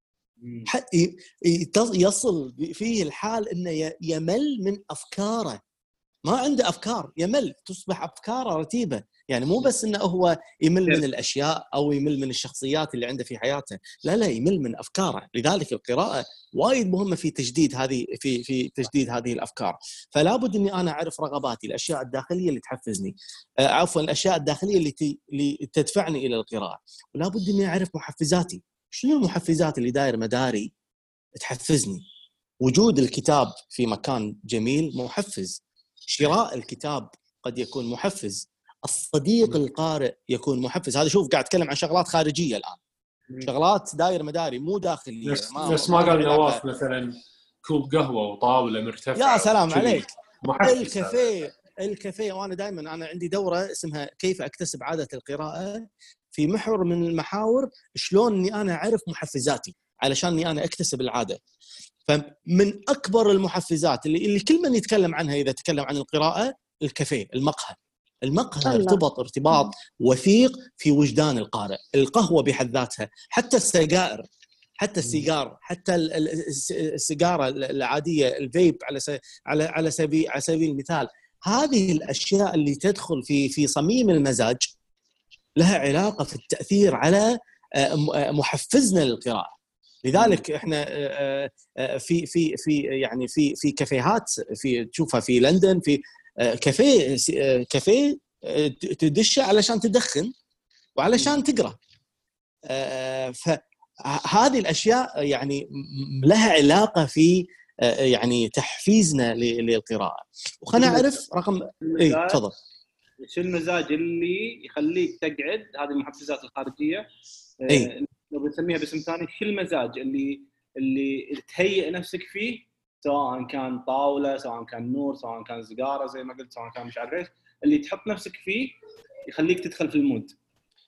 يصل فيه الحال انه يمل من افكاره، ما عنده افكار، يمل، تصبح افكاره رتيبه. يعني مو بس انه هو يمل من الاشياء او يمل من الشخصيات اللي عنده في حياته، لا لا، يمل من افكاره. لذلك القراءه وايد مهمه في تجديد هذه في في تجديد هذه الافكار. فلا بد اني انا اعرف رغباتي، الاشياء الداخليه اللي تحفزني، آه عفوا الاشياء الداخليه اللي, ت... اللي تدفعني الى القراءه. ولا بد اني اعرف محفزاتي، شنو المحفزات اللي داير مداري تحفزني. وجود الكتاب في مكان جميل محفز، شراء الكتاب قد يكون محفز، الصديق القارئ يكون محفز. هذا شوف قاعد اتكلم عن شغلات خارجيه الان، شغلات داير مداري مو داخليه. نفس ما, ما, ما قال نواف مثلا كوب قهوه وطاوله مرتفعه. يا سلام عليك. الكافيه الكافيه وانا دائما انا عندي دوره اسمها كيف اكتسب عاده القراءه. في محور من المحاور شلون اني انا اعرف محفزاتي علشان اني انا اكتسب العاده. فمن اكبر المحفزات اللي اللي كل من يتكلم عنها اذا تكلم عن القراءه، الكافيه، المقهى. المقهى ارتبط ارتباط وثيق في وجدان القارئ. القهوه بحد ذاتها، حتى السجائر، حتى السيجار، حتى السيجاره العاديه، الفيب على على على سبيل على سبيل المثال، هذه الاشياء اللي تدخل في في صميم المزاج لها علاقه في التاثير على محفزنا للقراءه. لذلك احنا في في في يعني في في كافيهات، في تشوفها في لندن، في كافيه كافيه تدشه علشان تدخن وعلشان تقرا. فهذه الاشياء يعني لها علاقه في يعني تحفيزنا للقراءه. وخلنا نعرف رقم اي تفضل. شو المزاج اللي يخليك تقعد؟ هذه المحفزات الخارجيه اي لو بنسميها باسم ثاني، شو المزاج اللي اللي تهيئ نفسك فيه، سواء كان طاوله، سواء كان نور، سواء كان سيجاره زي ما قلت، سواء كان مش عارف ايش، اللي تحط نفسك فيه يخليك تدخل في المود.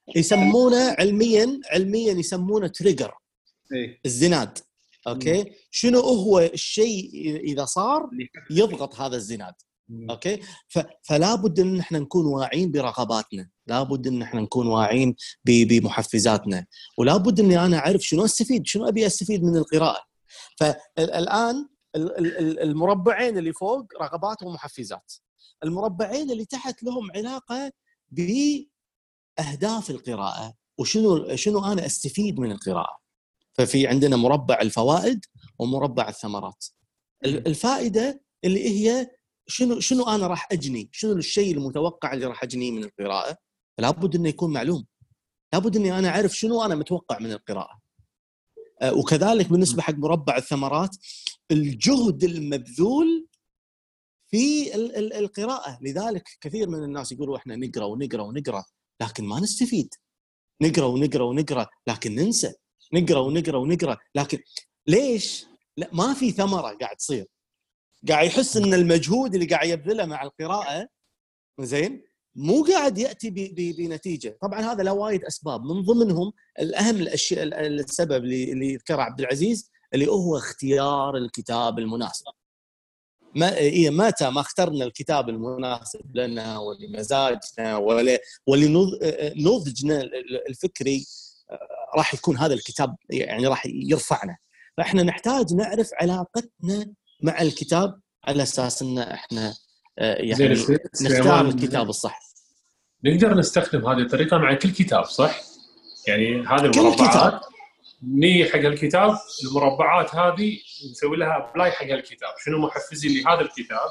يسمونه علميا علميا يسمونه تريجر، إيه. الزناد. اوكي، شنو هو الشيء اذا صار يضغط هذا الزناد؟ اوكي، فلا بد ان احنا نكون واعين برغباتنا، لا بد ان احنا نكون واعين بمحفزاتنا، ولا بد اني انا اعرف شنو استفيد، شنو ابي استفيد من القراءه. فالان المربعين اللي فوق رغبات ومحفزات، المربعين اللي تحت لهم علاقه باهداف القراءه وشنو شنو انا استفيد من القراءه. ففي عندنا مربع الفوائد ومربع الثمرات. الفائده اللي هي شنو شنو انا راح اجني، شنو الشيء المتوقع اللي راح اجنيه من القراءه، لابد انه يكون معلوم، لابد اني انا اعرف شنو انا متوقع من القراءه. وكذلك بالنسبه حق مربع الثمرات، الجهد المبذول في القراءه. لذلك كثير من الناس يقولوا احنا نقرا ونقرا ونقرا لكن ما نستفيد، نقرا ونقرا ونقرا لكن ننسى، نقرا ونقرا ونقرا لكن ليش؟ لا، ما في ثمره قاعد تصير، قاعد يحس ان المجهود اللي قاعد يبذله مع القراءه زين مو قاعد ياتي بنتيجه. طبعا هذا له وايد اسباب، من ضمنهم الاهم الاشياء السبب اللي ذكره عبد العزيز اللي هو اختيار الكتاب المناسب. ما إيه متى ما اخترنا الكتاب المناسب لنا ولمزاجنا ولا ولنضجنا الفكري راح يكون هذا الكتاب يعني راح يرفعنا. فاحنا نحتاج نعرف علاقتنا مع الكتاب على اساس ان احنا يعني نختار الكتاب الصح. نقدر نستخدم هذه الطريقه مع كل كتاب صح؟ يعني هذه المربعات ني حق الكتاب، المربعات هذه نسوي لها ابلاي حق الكتاب، شنو محفزي لهذا الكتاب،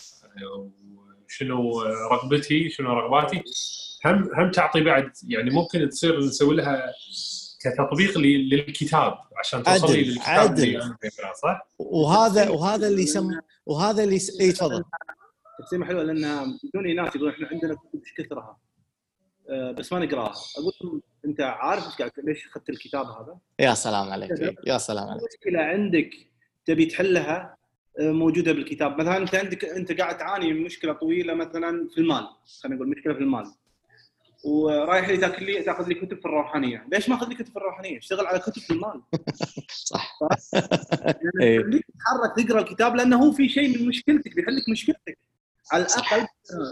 شنو رغبتي، شنو رغباتي، هم هم تعطي بعد يعني ممكن تصير نسوي لها كتطبيق للكتاب عشان توصل لي للكتاب اللي انا بقراه صح. وهذا وهذا اللي يسمى وهذا اللي اي تفضل. تقسيمه حلوه لان بدون ناس يقول احنا عندنا كتب ايش كثرها أه بس ما نقراها. اقول انت عارف ايش قاعد ليش اخذت الكتاب هذا؟ يا سلام عليك، يا سلام عليك. مشكله عندك تبي تحلها موجوده بالكتاب. مثلا انت عندك انت قاعد تعاني من مشكله طويله مثلا في المال، خلينا نقول مشكله في المال، ورايح لي تاكل لي تاخذ لي كتب في الروحانيه. ليش ما اخذ لي كتب في الروحانيه؟ اشتغل على كتب في المال. صح. يعني خليك تتحرك تقرا الكتاب لانه هو في شيء من مشكلتك بيحل لك مشكلتك على الاقل.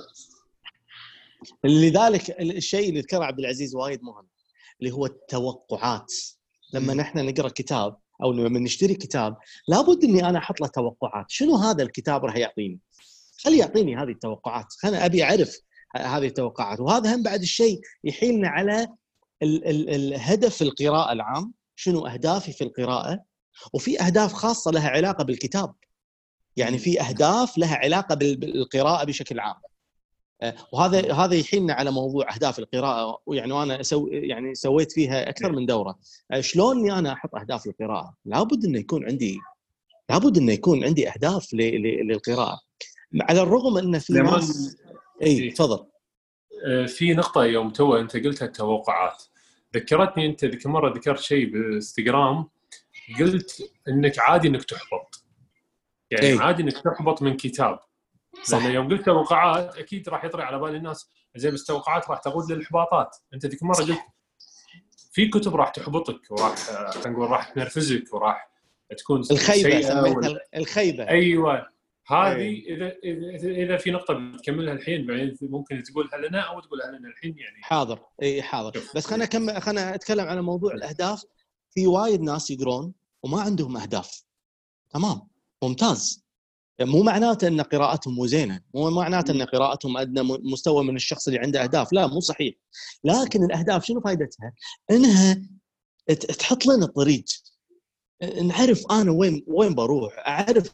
لذلك الشيء اللي ذكره عبد العزيز وايد مهم اللي هو التوقعات. لما نحن نقرا كتاب او لما نشتري كتاب لابد اني انا احط له توقعات. شنو هذا الكتاب راح يعطيني؟ خلي يعطيني هذه التوقعات، انا ابي اعرف هذه التوقعات. وهذا هم بعد الشيء يحيلنا على ال- ال- الهدف القراءة العام، شنو أهدافي في القراءة. وفي أهداف خاصة لها علاقة بالكتاب، يعني في أهداف لها علاقة بالقراءة بشكل عام. وهذا هذا يحيلنا على موضوع أهداف القراءة. ويعني أنا سو يعني سويت فيها أكثر من دورة. شلون إني أنا أحط أهداف القراءة؟ لابد إنه يكون عندي لابد إنه يكون عندي أهداف للقراءة. على الرغم إن في ناس اي تفضل. في نقطه يوم تو انت قلتها التوقعات ذكرتني. انت ذيك مره ذكرت شيء بالانستغرام، قلت انك عادي انك تحبط، يعني أي. عادي انك تحبط من كتاب. لأن يوم قلت توقعات اكيد راح يطري على بال الناس زي بس توقعات راح تقود للاحباطات. انت ذيك مره قلت في كتب راح تحبطك وراح خلينا نقول راح تنرفزك وراح تكون الخيبه سميتها الخيبه. ايوه هذه اذا اذا اذا في نقطه بتكملها الحين بعدين ممكن تقولها لنا او تقولها لنا الحين يعني. حاضر اي حاضر. بس خلينا كم خلينا اتكلم على موضوع الاهداف. في وايد ناس يقرون وما عندهم اهداف. تمام ممتاز، مو معناته ان قراءتهم مو زينه، مو معناته ان قراءتهم ادنى مستوى من الشخص اللي عنده اهداف، لا مو صحيح. لكن الاهداف شنو فائدتها؟ انها تحط لنا طريق، نعرف انا وين وين بروح، اعرف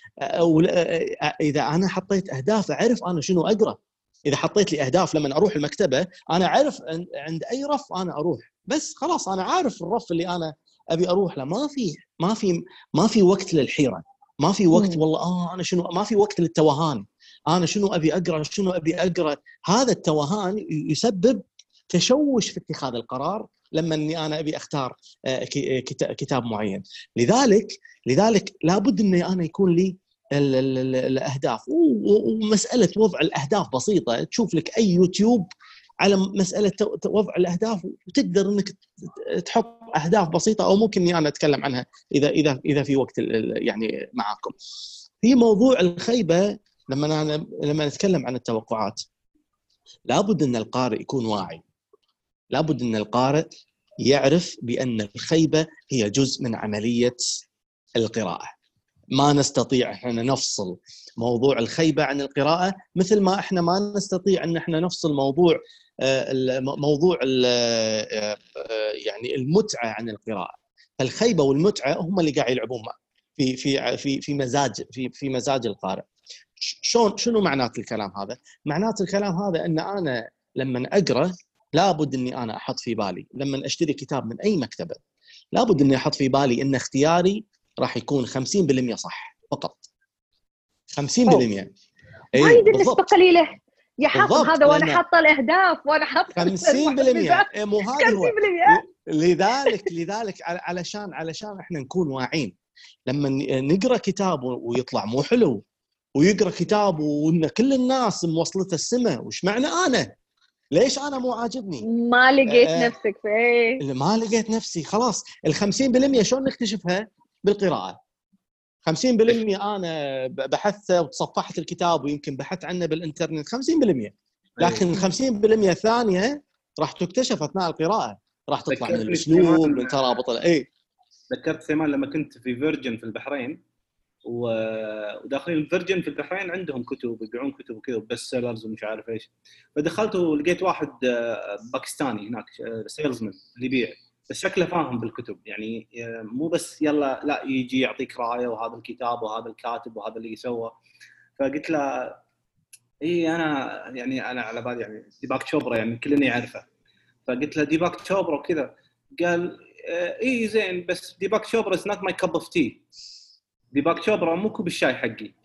اذا انا حطيت اهداف اعرف انا شنو اقرا. اذا حطيت لي اهداف لما اروح المكتبه انا اعرف عند اي رف انا اروح، بس خلاص انا عارف الرف اللي انا ابي اروح له. ما في ما في ما في وقت للحيره، ما في وقت والله اه انا شنو، ما في وقت للتوهان. انا شنو ابي اقرا شنو ابي اقرا. هذا التوهان يسبب تشوش في اتخاذ القرار لما اني انا ابي اختار كتاب معين. لذلك لذلك لابد اني انا يكون لي الاهداف. ومساله وضع الاهداف بسيطه، تشوف لك اي يوتيوب على مساله وضع الاهداف، وتقدر انك تحط اهداف بسيطه، او ممكن اني انا اتكلم عنها اذا اذا اذا في وقت يعني معاكم. في موضوع الخيبه، لما انا لما نتكلم عن التوقعات، لابد ان القارئ يكون واعي، لابد ان القارئ يعرف بان الخيبه هي جزء من عمليه القراءه. ما نستطيع احنا نفصل موضوع الخيبه عن القراءه، مثل ما احنا ما نستطيع ان احنا نفصل موضوع موضوع يعني المتعه عن القراءه. فالخيبه والمتعه هم اللي قاعد يلعبون في في في في مزاج في في مزاج القارئ. شلون شنو معنات الكلام هذا؟ معنات الكلام هذا ان انا لما اقرا لابد اني انا احط في بالي، لما اشتري كتاب من اي مكتبه لابد اني احط في بالي ان اختياري راح يكون خمسين بالمئة صح فقط. خمسين بالمئة وايد النسبه قليله يا حاطط هذا، وانا حاطه الاهداف وانا حاطه خمسين بالمئة. مو هذا هو. لذلك لذلك علشان علشان احنا نكون واعين، لما نقرا كتاب ويطلع مو حلو، ويقرا كتاب وان كل الناس موصلته السماء، وش معنى انا؟ ليش انا مو عاجبني؟ ما لقيت آه نفسك فيه. ما لقيت نفسي. خلاص الخمسين بالمئة شلون نكتشفها؟ بالقراءة. خمسين بالمئة أنا بحثت وتصفحت الكتاب ويمكن بحثت عنه بالإنترنت خمسين بالمئة، لكن الخمسين بالمئة الثانية راح تكتشف أثناء القراءة، راح تطلع من الأسلوب من ترابط إيه. ذكرت ثمان لما كنت في فيرجن في البحرين، وداخلين الفيرجن في البحرين عندهم كتب، يبيعون كتب وكذا بس سيلرز ومش عارف ايش. فدخلت ولقيت واحد باكستاني هناك سيلزمان اللي يبيع، بس شكله فاهم بالكتب، يعني مو بس يلا لا يجي يعطيك رايه وهذا الكتاب وهذا الكاتب وهذا اللي يسوى. فقلت له اي انا يعني انا على بالي يعني ديباك تشوبرا يعني كلنا يعرفه. فقلت له ديباك تشوبرا وكذا، قال اي زين بس ديباك تشوبرا is not my cup of tea. ديباك تشوبرا مو كوب الشاي حقي.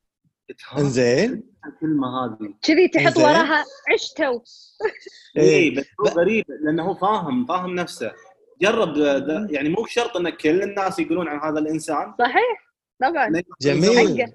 انزين الكلمه هذه كذي تحط وراها عشتو. اي بس هو غريب لانه هو فاهم فاهم نفسه. جرب يعني مو شرط ان كل الناس يقولون عن هذا الانسان. صحيح طبعا. جميل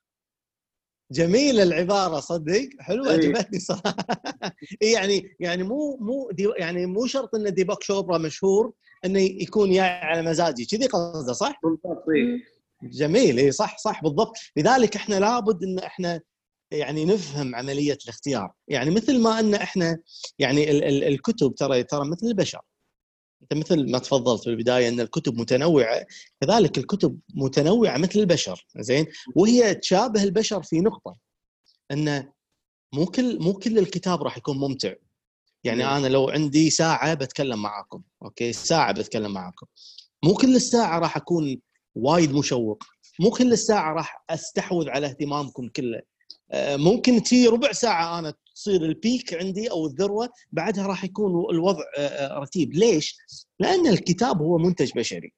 جميل العباره، صدق حلوه عجبتني صراحه. يعني يعني مو مو يعني مو شرط ان ديباك تشوبرا مشهور انه يكون جاي على مزاجي، كذي قصده صح؟ بالضبط. جميل اي صح صح بالضبط. لذلك احنا لابد ان احنا يعني نفهم عمليه الاختيار، يعني مثل ما ان احنا يعني ال ال الكتب ترى ترى مثل البشر. انت مثل ما تفضلت في البدايه ان الكتب متنوعه، كذلك الكتب متنوعه مثل البشر، زين، وهي تشابه البشر في نقطه ان مو كل مو كل الكتاب راح يكون ممتع. يعني انا لو عندي ساعه بتكلم معاكم، اوكي ساعه بتكلم معاكم، مو كل الساعه راح اكون وايد مشوق، مو كل الساعه راح استحوذ على اهتمامكم كله. ممكن تي ربع ساعه انا تصير البيك عندي او الذروه، بعدها راح يكون الوضع رتيب. ليش؟ لان الكتاب هو منتج بشري،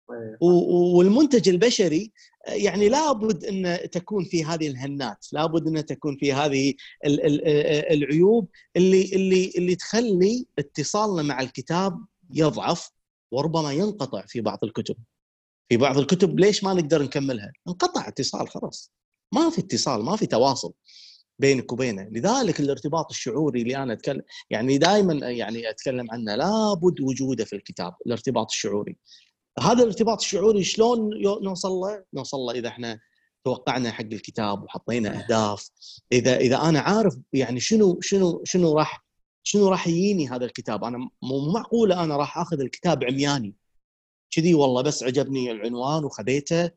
والمنتج البشري يعني لابد ان تكون في هذه الهنات، لابد ان تكون في هذه العيوب اللي اللي اللي تخلي اتصالنا مع الكتاب يضعف وربما ينقطع. في بعض الكتب في بعض الكتب ليش ما نقدر نكملها؟ انقطع اتصال، خلاص ما في اتصال، ما في تواصل بينك وبينه. لذلك الارتباط الشعوري اللي انا اتكلم يعني دائما يعني اتكلم عنه لابد وجوده في الكتاب، الارتباط الشعوري. هذا الارتباط الشعوري شلون نوصل له؟ نوصل له اذا احنا توقعنا حق الكتاب وحطينا اهداف، اذا اذا انا عارف يعني شنو شنو شنو راح شنو راح يجيني هذا الكتاب. انا مو معقوله انا راح اخذ الكتاب عمياني كذي، والله بس عجبني العنوان وخذيته،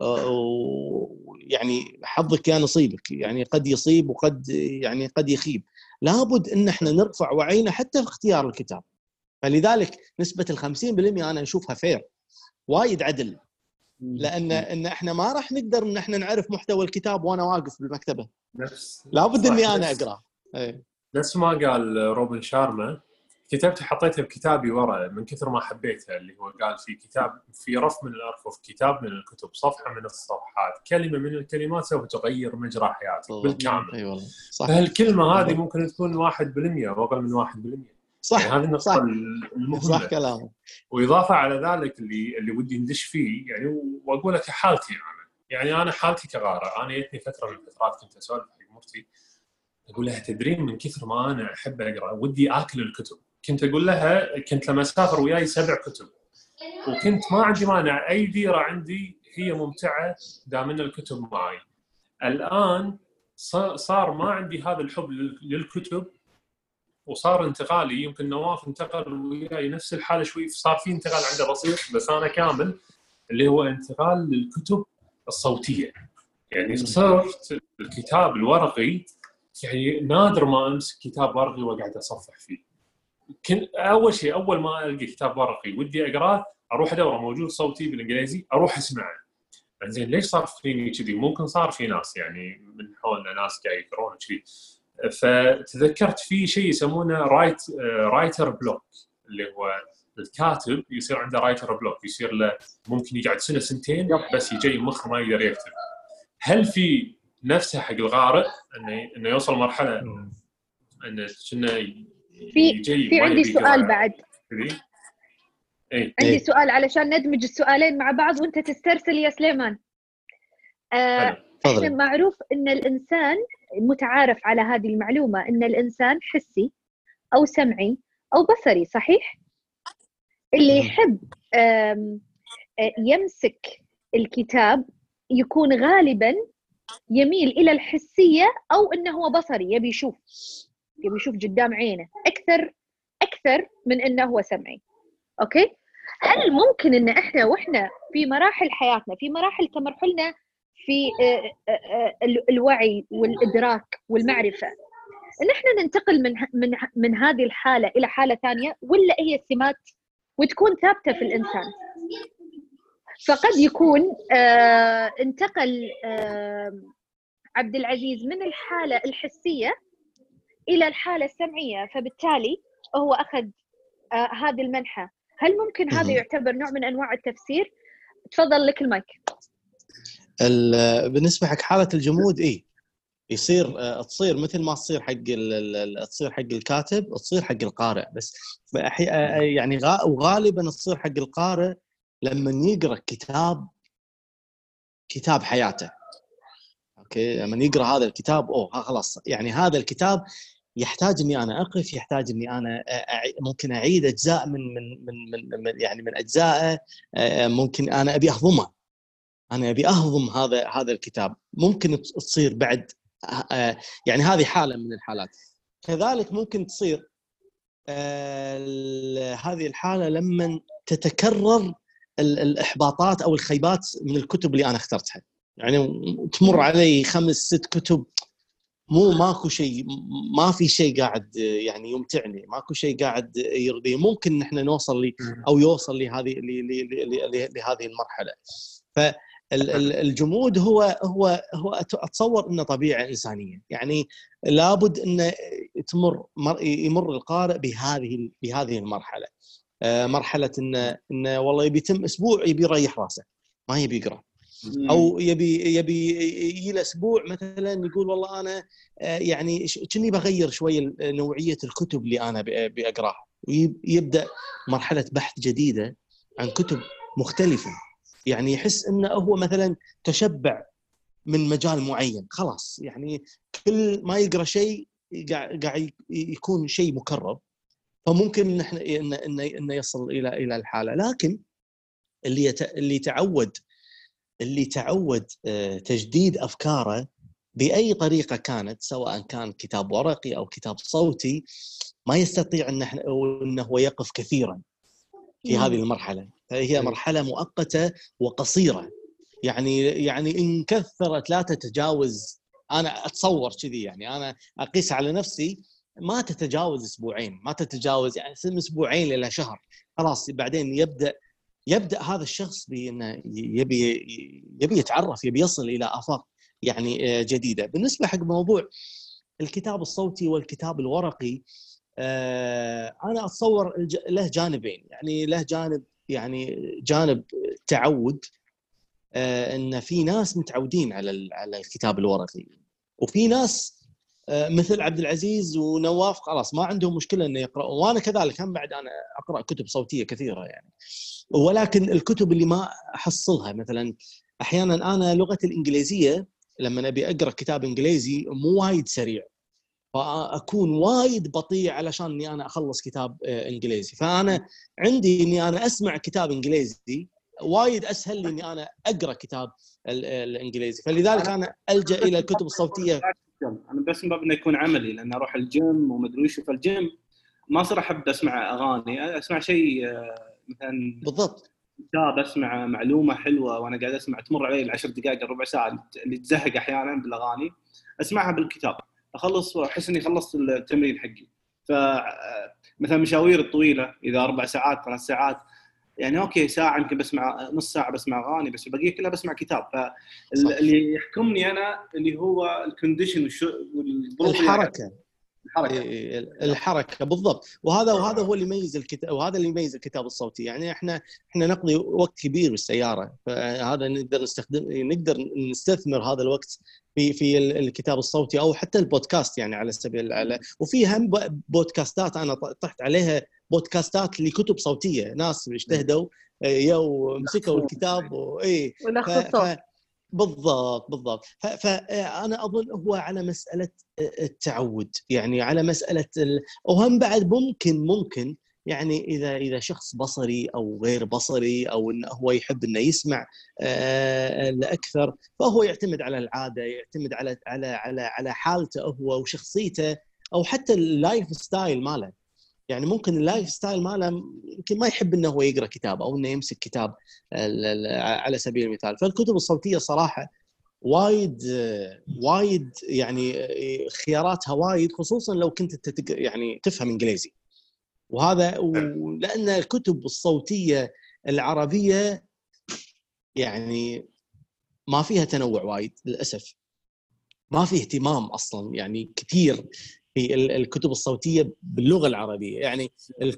يعني حظك يا نصيبك، يعني قد يصيب وقد يعني قد يخيب. لابد ان احنا نرفع وعينا حتى في اختيار الكتاب. فلذلك نسبه الخمسين بالمئة انا اشوفها فير، وايد عدل، لان ان احنا ما راح نقدر ان احنا نعرف محتوى الكتاب وانا واقف بالمكتبه. نفس لابد اني انا اقرا. اي نفس ما قال روبن شارما، كتابتي حطيتها بكتابي ورا من كثر ما حبيتها، اللي هو قال في كتاب في رف من الأرفف، كتاب من الكتب، صفحة من الصفحات، كلمة من الكلمات سوف تغير مجرى حياتك بالكامل. اي والله صح. فهالكلمة هذه ممكن تكون واحد بالمية أو أقل من واحد بالمية. صح يعني هذه النقطة المهمة. صح كلامك. وإضافة على ذلك اللي اللي ودي ندش فيه يعني، وأقول لك حالتي أنا، يعني أنا حالتي كغارة، أنا جتني فترة من الفترات كنت أسولف حق مرتي اقول لها تدرين من كثر ما انا احب اقرا ودي اكل الكتب. كنت اقول لها كنت لما اسافر وياي سبع كتب، وكنت ما عندي مانع اي ديره عندي هي ممتعه دام ان الكتب معي. الان صار ما عندي هذا الحب للكتب، وصار انتقالي، يمكن نواف انتقل وياي نفس الحاله شوي، صار في انتقال عنده بسيط بس انا كامل، اللي هو انتقال للكتب الصوتيه. يعني صرت الكتاب الورقي يعني نادر ما امسك كتاب ورقي واقعد اصفح فيه. كنت اول شيء اول ما القى كتاب ورقي ودي اقراه اروح ادوره موجود صوتي بالانجليزي اروح اسمعه. زين ليش صار فيني كذي؟ ممكن صار في ناس يعني من حولنا ناس قاعد يقرون كذي. فتذكرت في شيء يسمونه رايت رايتر بلوك، اللي هو الكاتب يصير عنده رايتر بلوك، يصير له ممكن يقعد سنه سنتين بس يجي مخه ما يقدر يكتب. هل في نفسه حق القارئ انه انه يوصل مرحله انه كنا في في عندي سؤال بعد. ايه عندي سؤال علشان ندمج السؤالين مع بعض وانت تسترسل يا سليمان. آه احنا معروف ان الانسان متعارف على هذه المعلومه ان الانسان حسي او سمعي او بصري، صحيح؟ اللي يحب يمسك الكتاب يكون غالبا يميل الى الحسيه او انه هو بصري، يبي يشوف يبي يشوف قدام عينه اكثر اكثر من انه هو سمعي. اوكي، هل ممكن ان احنا واحنا في مراحل حياتنا في مراحل تمرحلنا في الوعي والادراك والمعرفه ان احنا ننتقل من من من هذه الحاله الى حاله ثانيه، ولا هي سمات وتكون ثابته في الانسان؟ فقد يكون آه انتقل آه عبد العزيز من الحاله الحسيه الى الحاله السمعيه، فبالتالي هو اخذ آه هذه المنحه. هل ممكن هذا يعتبر نوع من انواع التفسير؟ تفضل لك المايك. بالنسبه حق حاله الجمود ايه يصير تصير مثل ما تصير حق تصير حق الكاتب تصير حق القارئ، بس يعني وغالبا تصير حق القارئ لما يقرا كتاب كتاب حياته. اوكي، لما يقرا هذا الكتاب اوه خلاص يعني هذا الكتاب يحتاج اني انا اقف، يحتاج اني انا ممكن اعيد اجزاء من من من, من يعني من اجزائه، ممكن انا ابي اهضمه، انا ابي اهضم هذا هذا الكتاب. ممكن تصير بعد يعني هذه حاله من الحالات. كذلك ممكن تصير هذه الحاله لما تتكرر الاحباطات او الخيبات من الكتب اللي انا اخترتها. يعني تمر علي خمس ست كتب مو ماكو شيء، ما في شيء قاعد يعني يمتعني، ماكو شيء قاعد يرضي، ممكن نحن نوصل لي او يوصل لهذه لهذه المرحله. فالجمود هو هو هو اتصور انه طبيعه انسانيه، يعني لابد انه تمر يمر القارئ بهذه بهذه المرحله، مرحله انه انه والله يبي يتم اسبوع يبي يريح راسه ما يبي يقرا، او يبي يبي يجي اسبوع مثلا يقول والله انا يعني كني بغير شويه نوعيه الكتب اللي انا بقراها، ويبدا مرحله بحث جديده عن كتب مختلفه. يعني يحس انه هو مثلا تشبع من مجال معين، خلاص يعني كل ما يقرا شيء قاعد يكون شيء مكرر، فممكن نحن انه انه يصل الى الى الحاله. لكن اللي اللي تعود اللي تعود تجديد أفكاره بأي طريقة كانت، سواء كان كتاب ورقي أو كتاب صوتي، ما يستطيع أنه هو يقف كثيرا في هذه المرحلة. هي مرحلة مؤقتة وقصيرة، يعني يعني إن كثرت لا تتجاوز، أنا أتصور كذي، يعني أنا أقيس على نفسي ما تتجاوز أسبوعين، ما تتجاوز يعني أسبوعين إلى شهر، خلاص بعدين يبدأ يبدأ هذا الشخص بأنه يبي يبي يتعرف، يبي يصل إلى آفاق يعني جديدة. بالنسبة حق موضوع الكتاب الصوتي والكتاب الورقي، أنا أتصور له جانبين، يعني له جانب يعني جانب تعود، أن في ناس متعودين على على الكتاب الورقي، وفي ناس مثل عبد العزيز ونواف خلاص ما عندهم مشكلة إنه يقرأوا، وأنا كذلك هم بعد أنا أقرأ كتب صوتية كثيرة يعني. ولكن الكتب اللي ما أحصلها مثلا أحيانا أنا لغة الإنجليزية لما أبي أقرأ كتاب إنجليزي مو وايد سريع، فاكون وايد بطيء علشان اني انا اخلص كتاب انجليزي. فانا عندي اني انا اسمع كتاب انجليزي وايد اسهل لي اني انا اقرا كتاب الانجليزي. فلذلك انا الجا الى الكتب الصوتيه. انا بس من باب انه يكون عملي، لان اروح الجيم وما ادري وش في الجيم ما صار احب اسمع اغاني، اسمع شيء مثلا بالضبط كتاب، اسمع معلومه حلوه وانا قاعد اسمع، تمر علي العشر دقائق الربع ساعه اللي تزهق احيانا بالاغاني، اسمعها بالكتاب اخلص واحس اني خلصت التمرين حقي. فمثلا مشاوير الطويله اذا اربع ساعات ثلاث ساعات يعني اوكي ساعه يمكن بسمع نص ساعه بسمع اغاني، بس البقيه كلها بسمع كتاب. فاللي يحكمني انا اللي هو الكونديشن والظروف، الحركه الحركه الحركه بالضبط. وهذا وهذا هو اللي يميز الكتاب، وهذا اللي يميز الكتاب الصوتي. يعني احنا احنا نقضي وقت كبير بالسياره، فهذا نقدر نستخدم نقدر نستثمر هذا الوقت في في الكتاب الصوتي او حتى البودكاست. يعني على سبيل على وفي هم بودكاستات انا طحت عليها، بودكاستات لكتب صوتيه، ناس اجتهدوا يو مسكوا الكتاب واي ف... بالضبط بالضبط. فانا اظن هو على مساله التعود، يعني على مساله ال... وهم بعد ممكن ممكن يعني اذا اذا شخص بصري او غير بصري او انه هو يحب انه يسمع اكثر، فهو يعتمد على العاده، يعتمد على على على على حالته هو وشخصيته، او حتى اللايف ستايل ماله. يعني ممكن اللايف ستايل ماله يمكن ما يحب انه هو يقرا كتاب او انه يمسك كتاب على سبيل المثال. فالكتب الصوتيه صراحه وايد وايد يعني خياراتها وايد، خصوصا لو كنت يعني تفهم انجليزي. وهذا لان الكتب الصوتيه العربيه يعني ما فيها تنوع وايد للاسف، ما في اهتمام اصلا يعني كثير في الكتب الصوتيه باللغه العربيه. يعني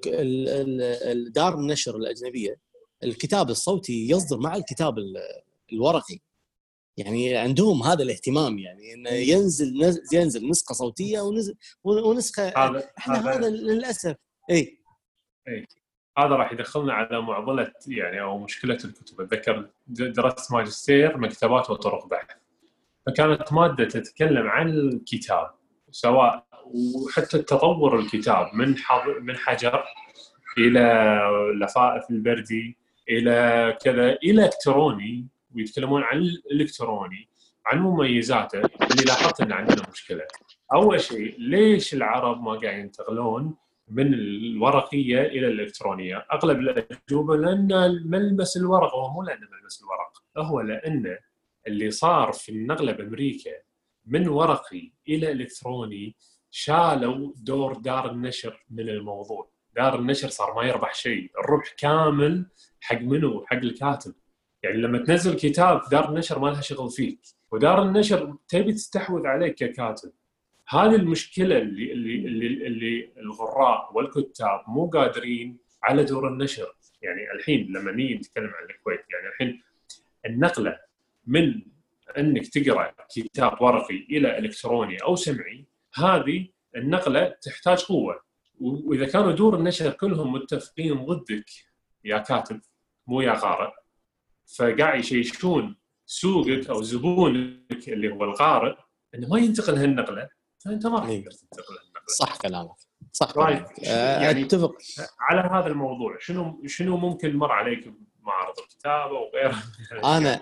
الدار النشر الاجنبيه الكتاب الصوتي يصدر مع الكتاب الورقي، يعني عندهم هذا الاهتمام، يعني انه ينزل ينزل نسخه صوتيه ونسخه. احنا هذا للاسف اي اي هذا راح يدخلنا على معضله يعني او مشكله الكتب. اتذكر درست ماجستير مكتبات وطرق بحث، فكانت ماده تتكلم عن الكتاب، سواء وحتى تطور الكتاب من من حجر الى لفائف البردي الى كذا الى الكتروني، ويتكلمون عن الالكتروني عن مميزاته. اللي لاحظت ان عندنا مشكله. اول شيء ليش العرب ما قاعدين ينتقلون من الورقيه الى الالكترونيه؟ اغلب الاجوبه لان ملمس الورق، وهو مو لان ملمس الورق، هو لان اللي صار في النقله بامريكا من ورقي الى الكتروني شالوا دور دار النشر من الموضوع. دار النشر صار ما يربح شيء، الربح كامل حق منو؟ حق الكاتب. يعني لما تنزل كتاب دار النشر ما لها شغل فيك، ودار النشر تبي تستحوذ عليك ككاتب. هذه المشكله اللي اللي اللي, اللي الغراء والكتاب مو قادرين على دور النشر. يعني الحين لما نيجي نتكلم عن الكويت، يعني الحين النقله من انك تقرا كتاب ورقي الى الكتروني او سمعي، هذه النقله تحتاج قوه. واذا كانوا دور النشر كلهم متفقين ضدك يا كاتب مو يا قارئ، فقاعد يشيشون سوقك او زبونك اللي هو القارئ انه ما ينتقل هالنقله، فانت ما راح تقدر تنتقل هالنقله. صح كلامك، صح كلامك. يعني اتفق على هذا الموضوع. شنو شنو ممكن مر عليك معرض الكتابه وغيره؟ انا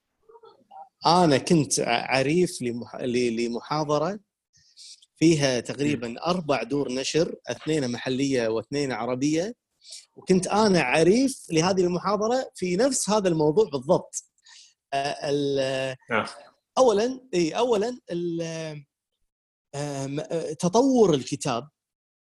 انا كنت عريف لمح... لمحاضره فيها تقريبا اربع دور نشر، اثنين محليه واثنين عربيه، وكنت انا عريف لهذه المحاضره في نفس هذا الموضوع بالضبط. اولا اي اولا تطور الكتاب،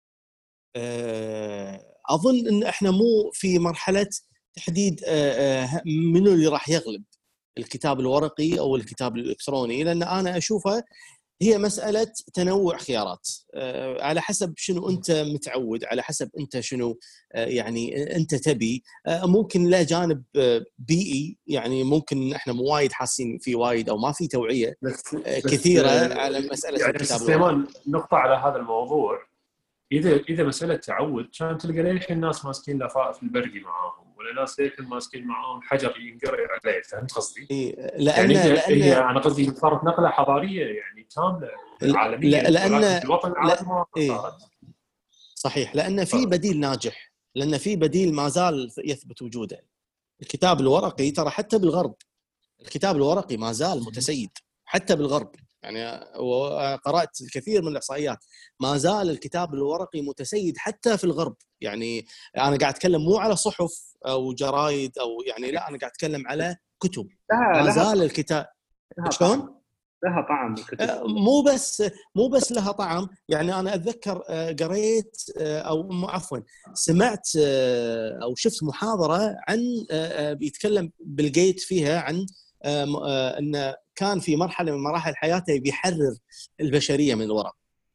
اظن ان احنا مو في مرحله تحديد منو اللي راح يغلب، الكتاب الورقي او الكتاب الالكتروني، لان انا اشوفه هي مسألة تنوع خيارات أه على حسب شنو أنت متعود، على حسب أنت شنو أه يعني أنت تبي. أه ممكن له جانب أه بيئي، يعني ممكن إحنا مو وايد حاسين فيه وايد أو ما في توعية بس أه كثيرة بس على مسألة يعني الكتاب الورقي. نقطة على هذا الموضوع، إذا إذا مسألة تعود كانت تلقى للحين الناس ماسكين لفائف البرقي معاهم ولا ناس ليكن ماسكين معاهم حجر ينقرأ عليه. فهمت قصدي؟ إيه لأن يعني هي, لأن هي انا قصدي صارت نقله حضاريه يعني كامله عالميه، لأن ولكن في الوطن العربي ما صارت. صحيح، لأن في بديل ناجح، لأن في بديل ما زال يثبت وجوده. الكتاب الورقي ترى حتى بالغرب الكتاب الورقي ما زال متسيد حتى بالغرب. يعني وقرأت الكثير من الإحصائيات، ما زال الكتاب الورقي متسيد حتى في الغرب. يعني أنا قاعد أتكلم مو على صحف أو جرايد أو يعني لا، أنا قاعد أتكلم على كتب. ما زال الكتاب شلون؟ لها طعم الكتب. مو بس مو بس لها طعم. يعني أنا أتذكر قريت أو عفوا سمعت أو شفت محاضرة عن بيتكلم بيل غيتس فيها عن أن كان في مرحلة من مراحل حياته بيحرر البشرية من الورق.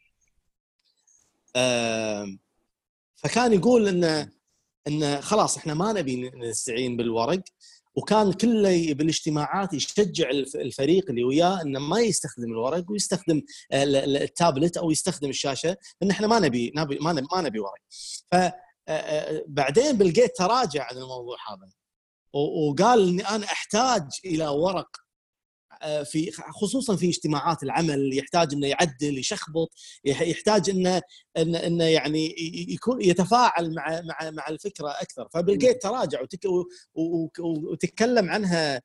فكان يقول إن إن خلاص إحنا ما نبي نستعين بالورق، وكان كله بالاجتماعات يشجع الفريق اللي وياه إنه ما يستخدم الورق ويستخدم التابلت أو يستخدم الشاشة، إن إحنا ما نبي نبي ما نبي, ما نبي ورق. فبعدين بيل غيتس تراجع عن الموضوع هذا وقال إني أنا أحتاج إلى ورق، في خصوصا في اجتماعات العمل يحتاج انه يعدل يشخبط، يحتاج انه انه إن يعني يكون يتفاعل مع مع مع الفكره اكثر. فبيل غيتس تراجع وتك وتكلم عنها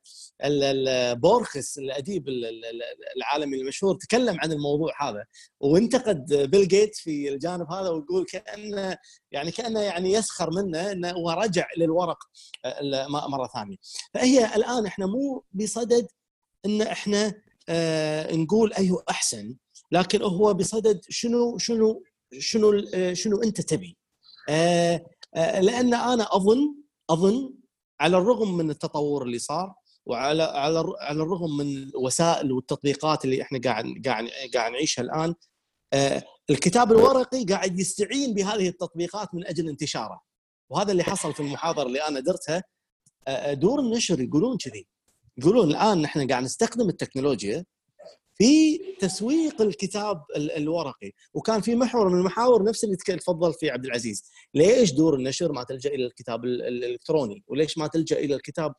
بورخس الاديب العالمي المشهور، تكلم عن الموضوع هذا وانتقد بيل غيتس في الجانب هذا، ويقول كانه يعني كانه يعني يسخر منه انه هو رجع للورق مره ثانيه. فهي الان احنا مو بصدد ان احنا آه نقول ايوه احسن، لكن هو بصدد شنو شنو شنو شنو انت تبي. آه آه لان انا اظن اظن على الرغم من التطور اللي صار، وعلى على على الرغم من الوسائل والتطبيقات اللي احنا قاعد قاعد قاعد نعيشها الان، آه الكتاب الورقي قاعد يستعين بهذه التطبيقات من اجل انتشاره. وهذا اللي حصل في المحاضره اللي انا درتها. آه دور النشر يقولون كذي، يقولون الآن نحن قاعد نستخدم التكنولوجيا في تسويق الكتاب الورقي. وكان في محور من المحاور نفس اللي تفضل فيه عبد العزيز، ليش دور النشر ما تلجأ إلى الكتاب الإلكتروني وليش ما تلجأ إلى الكتاب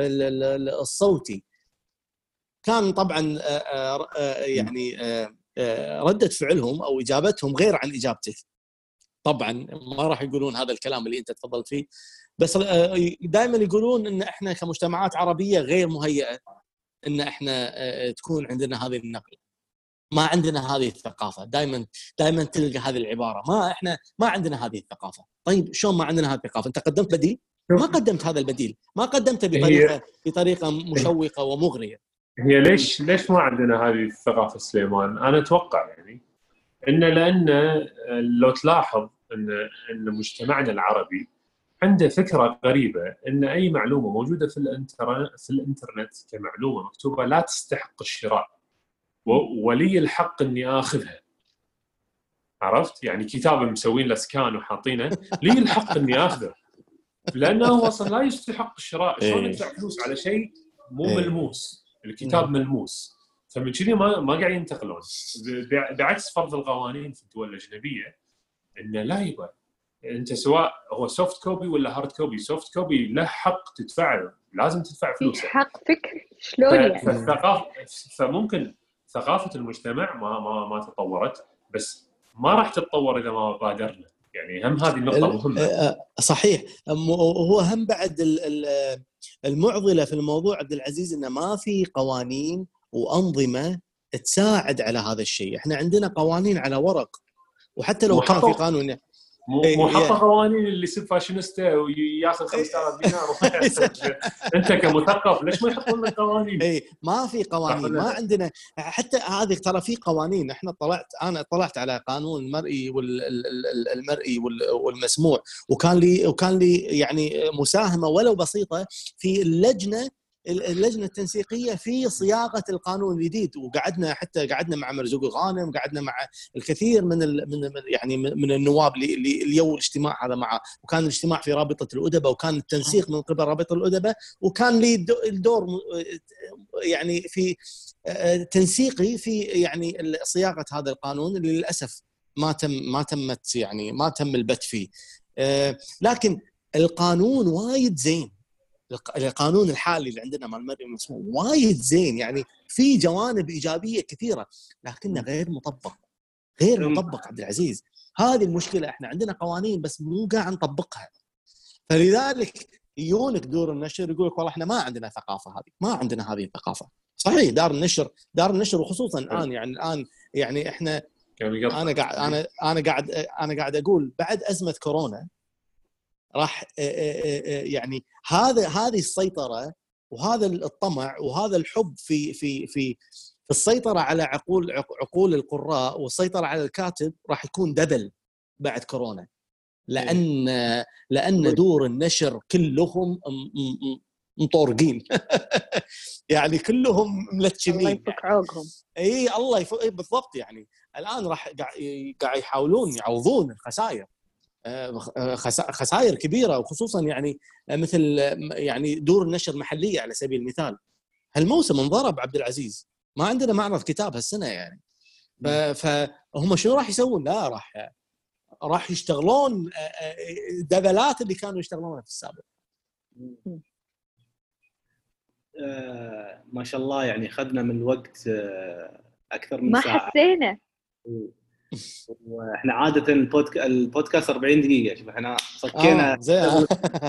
الصوتي؟ كان طبعا يعني ردة فعلهم أو إجابتهم غير عن إجابتك. طبعا ما راح يقولون هذا الكلام اللي أنت تفضلت فيه، بس دائما يقولون ان احنا كمجتمعات عربيه غير مهيئه ان احنا تكون عندنا هذه النقله، ما عندنا هذه الثقافه. دائما دائما تلقى هذه العباره، ما احنا ما عندنا هذه الثقافه. طيب شلون ما عندنا هذه الثقافه؟ انت قدمت بديل، ما قدمت هذا البديل، ما قدمته بطريقه بطريقه مشوقه ومغريه. هي ليش ليش ما عندنا هذه الثقافه سليمان؟ انا اتوقع يعني ان لان لو تلاحظ ان ان مجتمعنا العربي عنده فكرة غريبة إن أي معلومة موجودة في الإنترنت في الإنترنت كمعلومة مكتوبة لا تستحق الشراء، ولي الحق إني آخذها. عرفت؟ يعني كتاب مسوين له سكان وحاطينه، لي الحق إني آخذه، لأنه هو أصلاً لا يستحق الشراء. شلون أدفع فلوس على شيء مو ملموس؟ الكتاب ملموس. فمن كذي ما ما قاعدين ينتقلون، بعكس فرض القوانين في الدول الأجنبية إنه لا يبقى انت سواء هو سوفت كوبي ولا هارد كوبي، سوفت كوبي له حق تدفعه، لازم تدفع فلوس. حق فكر شلون يعني؟ فثقافه فممكن ثقافه المجتمع ما ما ما تطورت، بس ما راح تتطور اذا ما بادرنا. يعني هم هذه النقطه مهمه. صحيح. وهو هم بعد المعضله في الموضوع عبد العزيز انه ما في قوانين وانظمه تساعد على هذا الشيء. احنا عندنا قوانين على ورق، وحتى لو كان في قانون مو حاطه قوانين اللي يصير فاشينيستا وياخذ خمسة آلاف دينار. انت كمثقف ليش ما يحطون لك قوانين؟ اي ما في قوانين، ما عندنا حتى هذه. ترى في قوانين، احنا طلعت انا طلعت على قانون المرئي والمرئي والمسموع، وكان لي وكان لي يعني مساهمه ولو بسيطه في اللجنه اللجنه التنسيقيه في صياغه القانون الجديد. وقعدنا حتى قعدنا مع مرزوق الغانم، وقعدنا مع الكثير من من يعني من النواب اللي اللي يو الاجتماع هذا معه. وكان الاجتماع في رابطه الادباء، وكان التنسيق من قبل رابطه الادباء، وكان لي الدور يعني في تنسيقي في يعني صياغه هذا القانون اللي للاسف ما تم ما تمت يعني ما تم البت فيه. لكن القانون وايد زين، القانون الحالي اللي عندنا مال المرئي المسموع وايد زين، يعني في جوانب إيجابية كثيرة، لكنه غير مطبق غير مطبق عبد العزيز. هذه المشكلة، احنا عندنا قوانين بس مو قاعد نطبقها. فلذلك يونك دور النشر يقول لك والله احنا ما عندنا ثقافة هذه، ما عندنا هذه الثقافة. صحيح دار النشر دار النشر وخصوصا الآن، يعني الآن يعني احنا انا قاعد انا انا قاعد انا قاعد اقول بعد أزمة كورونا راح يعني هذا هذه السيطرة وهذا الطمع وهذا الحب في في في في السيطرة على عقول عقول القراء والسيطرة على الكاتب راح يكون دبل بعد كورونا، لأن لأن دور النشر كلهم مطورقين يعني كلهم ملتشمين، الله يفك عوقهم. اي الله يفك بالضبط. يعني الآن راح قاعد يحاولون يعوضون الخسائر، خسائر كبيرة، وخصوصا يعني مثل يعني دور النشر محلية على سبيل المثال. هالموسم انضرب عبد العزيز، ما عندنا معرض كتاب هالسنة يعني. فهم شنو راح يسوون؟ لا راح راح يشتغلون دبلات اللي كانوا يشتغلونها في السابق. آه ما شاء الله، يعني خدنا من الوقت آه أكثر من ما ساعة. ما حسينا. واحنا عاده البودك... البودكاست أربعين دقيقه، شوف احنا صكينا. آه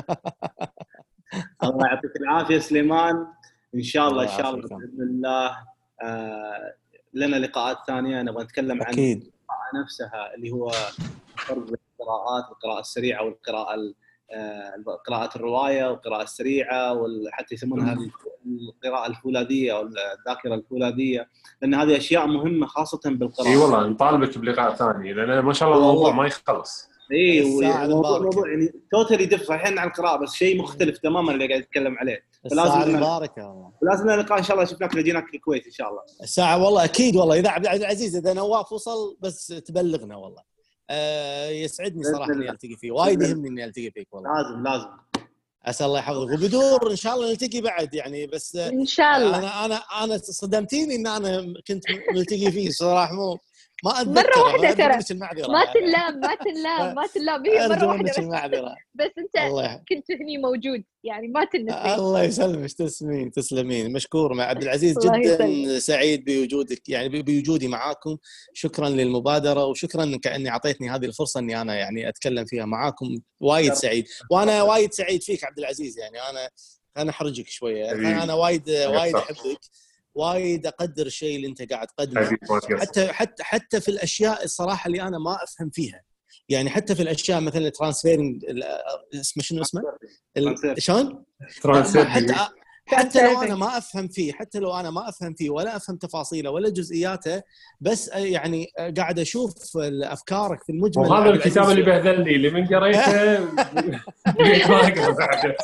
الله يعطيك العافيه سليمان، ان شاء الله ان شاء الله باذن الله آه لنا لقاءات ثانيه نبغى نتكلم عن القراءه نفسها، اللي هو فرق بين القراءات، القراءه السريعه والقراءه قراءة الرواية والقراءة السريعة، وحتى يسمونها القراءة الفولاذية أو الذاكرة الفولاذية، لأن هذه أشياء مهمة خاصة بالقراءة. إي والله نطالبك بلقاء ثاني، لأن ما شاء الله الموضوع ما يخلص. إي موضوع موضوع يعني توتالي ديف صحيح عن القراءة، بس شيء مختلف تماما اللي قاعد نتكلم عليه. فلازم مباركة، لازم لقاء إن شاء الله. شفناك لجيناك الكويت إن شاء الله الساعة. والله أكيد والله، إذا عبد العزيز إذا نواف وصل بس تبلغنا والله. أه يسعدني صراحة إني ألتقي فيه، وايد يهمني إني ألتقي فيك والله. لازم لازم عسى الله يحفظك، وبدور إن شاء الله نلتقي بعد يعني. بس إن شاء الله. أنا أنا أنا صدمتيني إن أنا كنت ملتقي فيه صراحة، مو ما أتذكر. مرة واحدة ترى، ما يعني. تنلام ما تنلام ما تنلام هي مرة واحدة بس, بس أنت كنت هني موجود يعني ما تنسي. الله يسلمك، تسلمين تسلمين، مشكور مع عبد العزيز، جدا سعيد بوجودك يعني بوجودي معاكم. شكرا للمبادرة، وشكرا كأني أعطيتني هذه الفرصة إني أنا يعني أتكلم فيها معاكم. وايد سعيد، وأنا وايد سعيد فيك عبد العزيز. يعني أنا أنا أحرجك شوية، أنا وايد وايد أحبك، وايد أقدر الشيء اللي أنت قاعد تقدمه، حتى حتى حتى في الأشياء الصراحة اللي أنا ما أفهم فيها. يعني حتى في الأشياء مثل الترانسفيرنج، اسمه شنو اسمه؟ شلون؟ حتى حتى لو أنا ما أفهم فيه، حتى لو أنا ما أفهم فيه ولا أفهم تفاصيله ولا جزئياته، بس يعني قاعد أشوف أفكارك في المجمل. وهذا الكتاب اللي بهذلني اللي من قريته ما أقرأ بعده.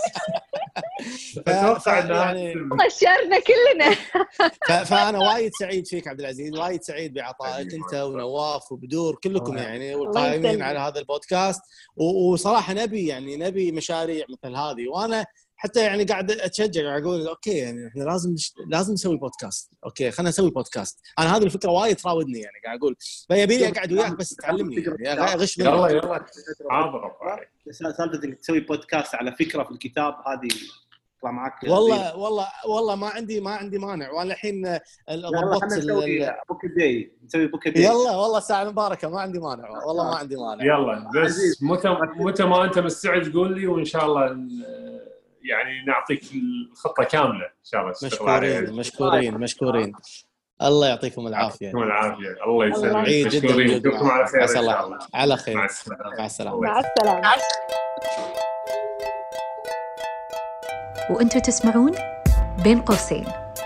اتوقع يعني والله شارنا كلنا. فانا وايد سعيد فيك عبد العزيز، وايد سعيد بعطائك انت ونواف وبدور كلكم يعني والقائمين على هذا البودكاست. وصراحه نبي يعني نبي مشاريع مثل هذه، وانا حتى يعني قاعد اتشجع اقول اوكي يعني احنا لازم لازم نسوي بودكاست. اوكي خلينا نسوي بودكاست. انا هذه الفكره وايد تراودني، يعني قاعد اقول يبيني اقعد وياك بس تعلمني يعني اغش منك. يلا يلا حاضر. سالفه انك تسوي بودكاست على فكره في الكتاب هذه طلع معك. والله والله والله ما عندي ما عندي مانع. وانا الحين ضبطت بوك داي، نسوي بوك داي. يلا والله ساعه مباركه، ما عندي مانع والله ما عندي مانع. يلا بس متى متى ما انت مستعد قول لي، وان شاء الله يعني نعطيك الخطه كامله ان شاء الله. مشكورين مشكورين مشكورين. الله يعطيكم العافيه. يعطيكم العافيه. الله يسلمك. مشكورين. نشوفكم على خير ان شاء الله. على خير. مع السلامه. مع السلامه. مع السلامه. وانتم تسمعون بين قوسين.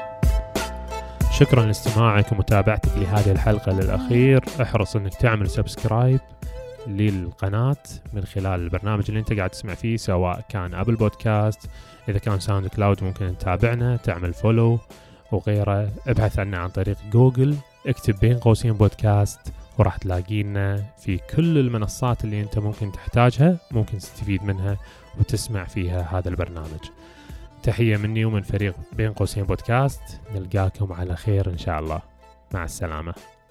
شكرا لاستماعك ومتابعتك لهذه الحلقة للأخير. احرص انك تعمل سبسكرايب للقناة من خلال البرنامج اللي انت قاعد تسمع فيه، سواء كان أبل بودكاست، إذا كان ساوند كلاود ممكن تتابعنا، تعمل فولو وغيره. ابحث عنا عن طريق جوجل، اكتب بين قوسين بودكاست وراح تلاقينا في كل المنصات اللي انت ممكن تحتاجها، ممكن تستفيد منها وتسمع فيها هذا البرنامج. تحية مني ومن فريق بين قوسين بودكاست، نلقاكم على خير إن شاء الله. مع السلامة.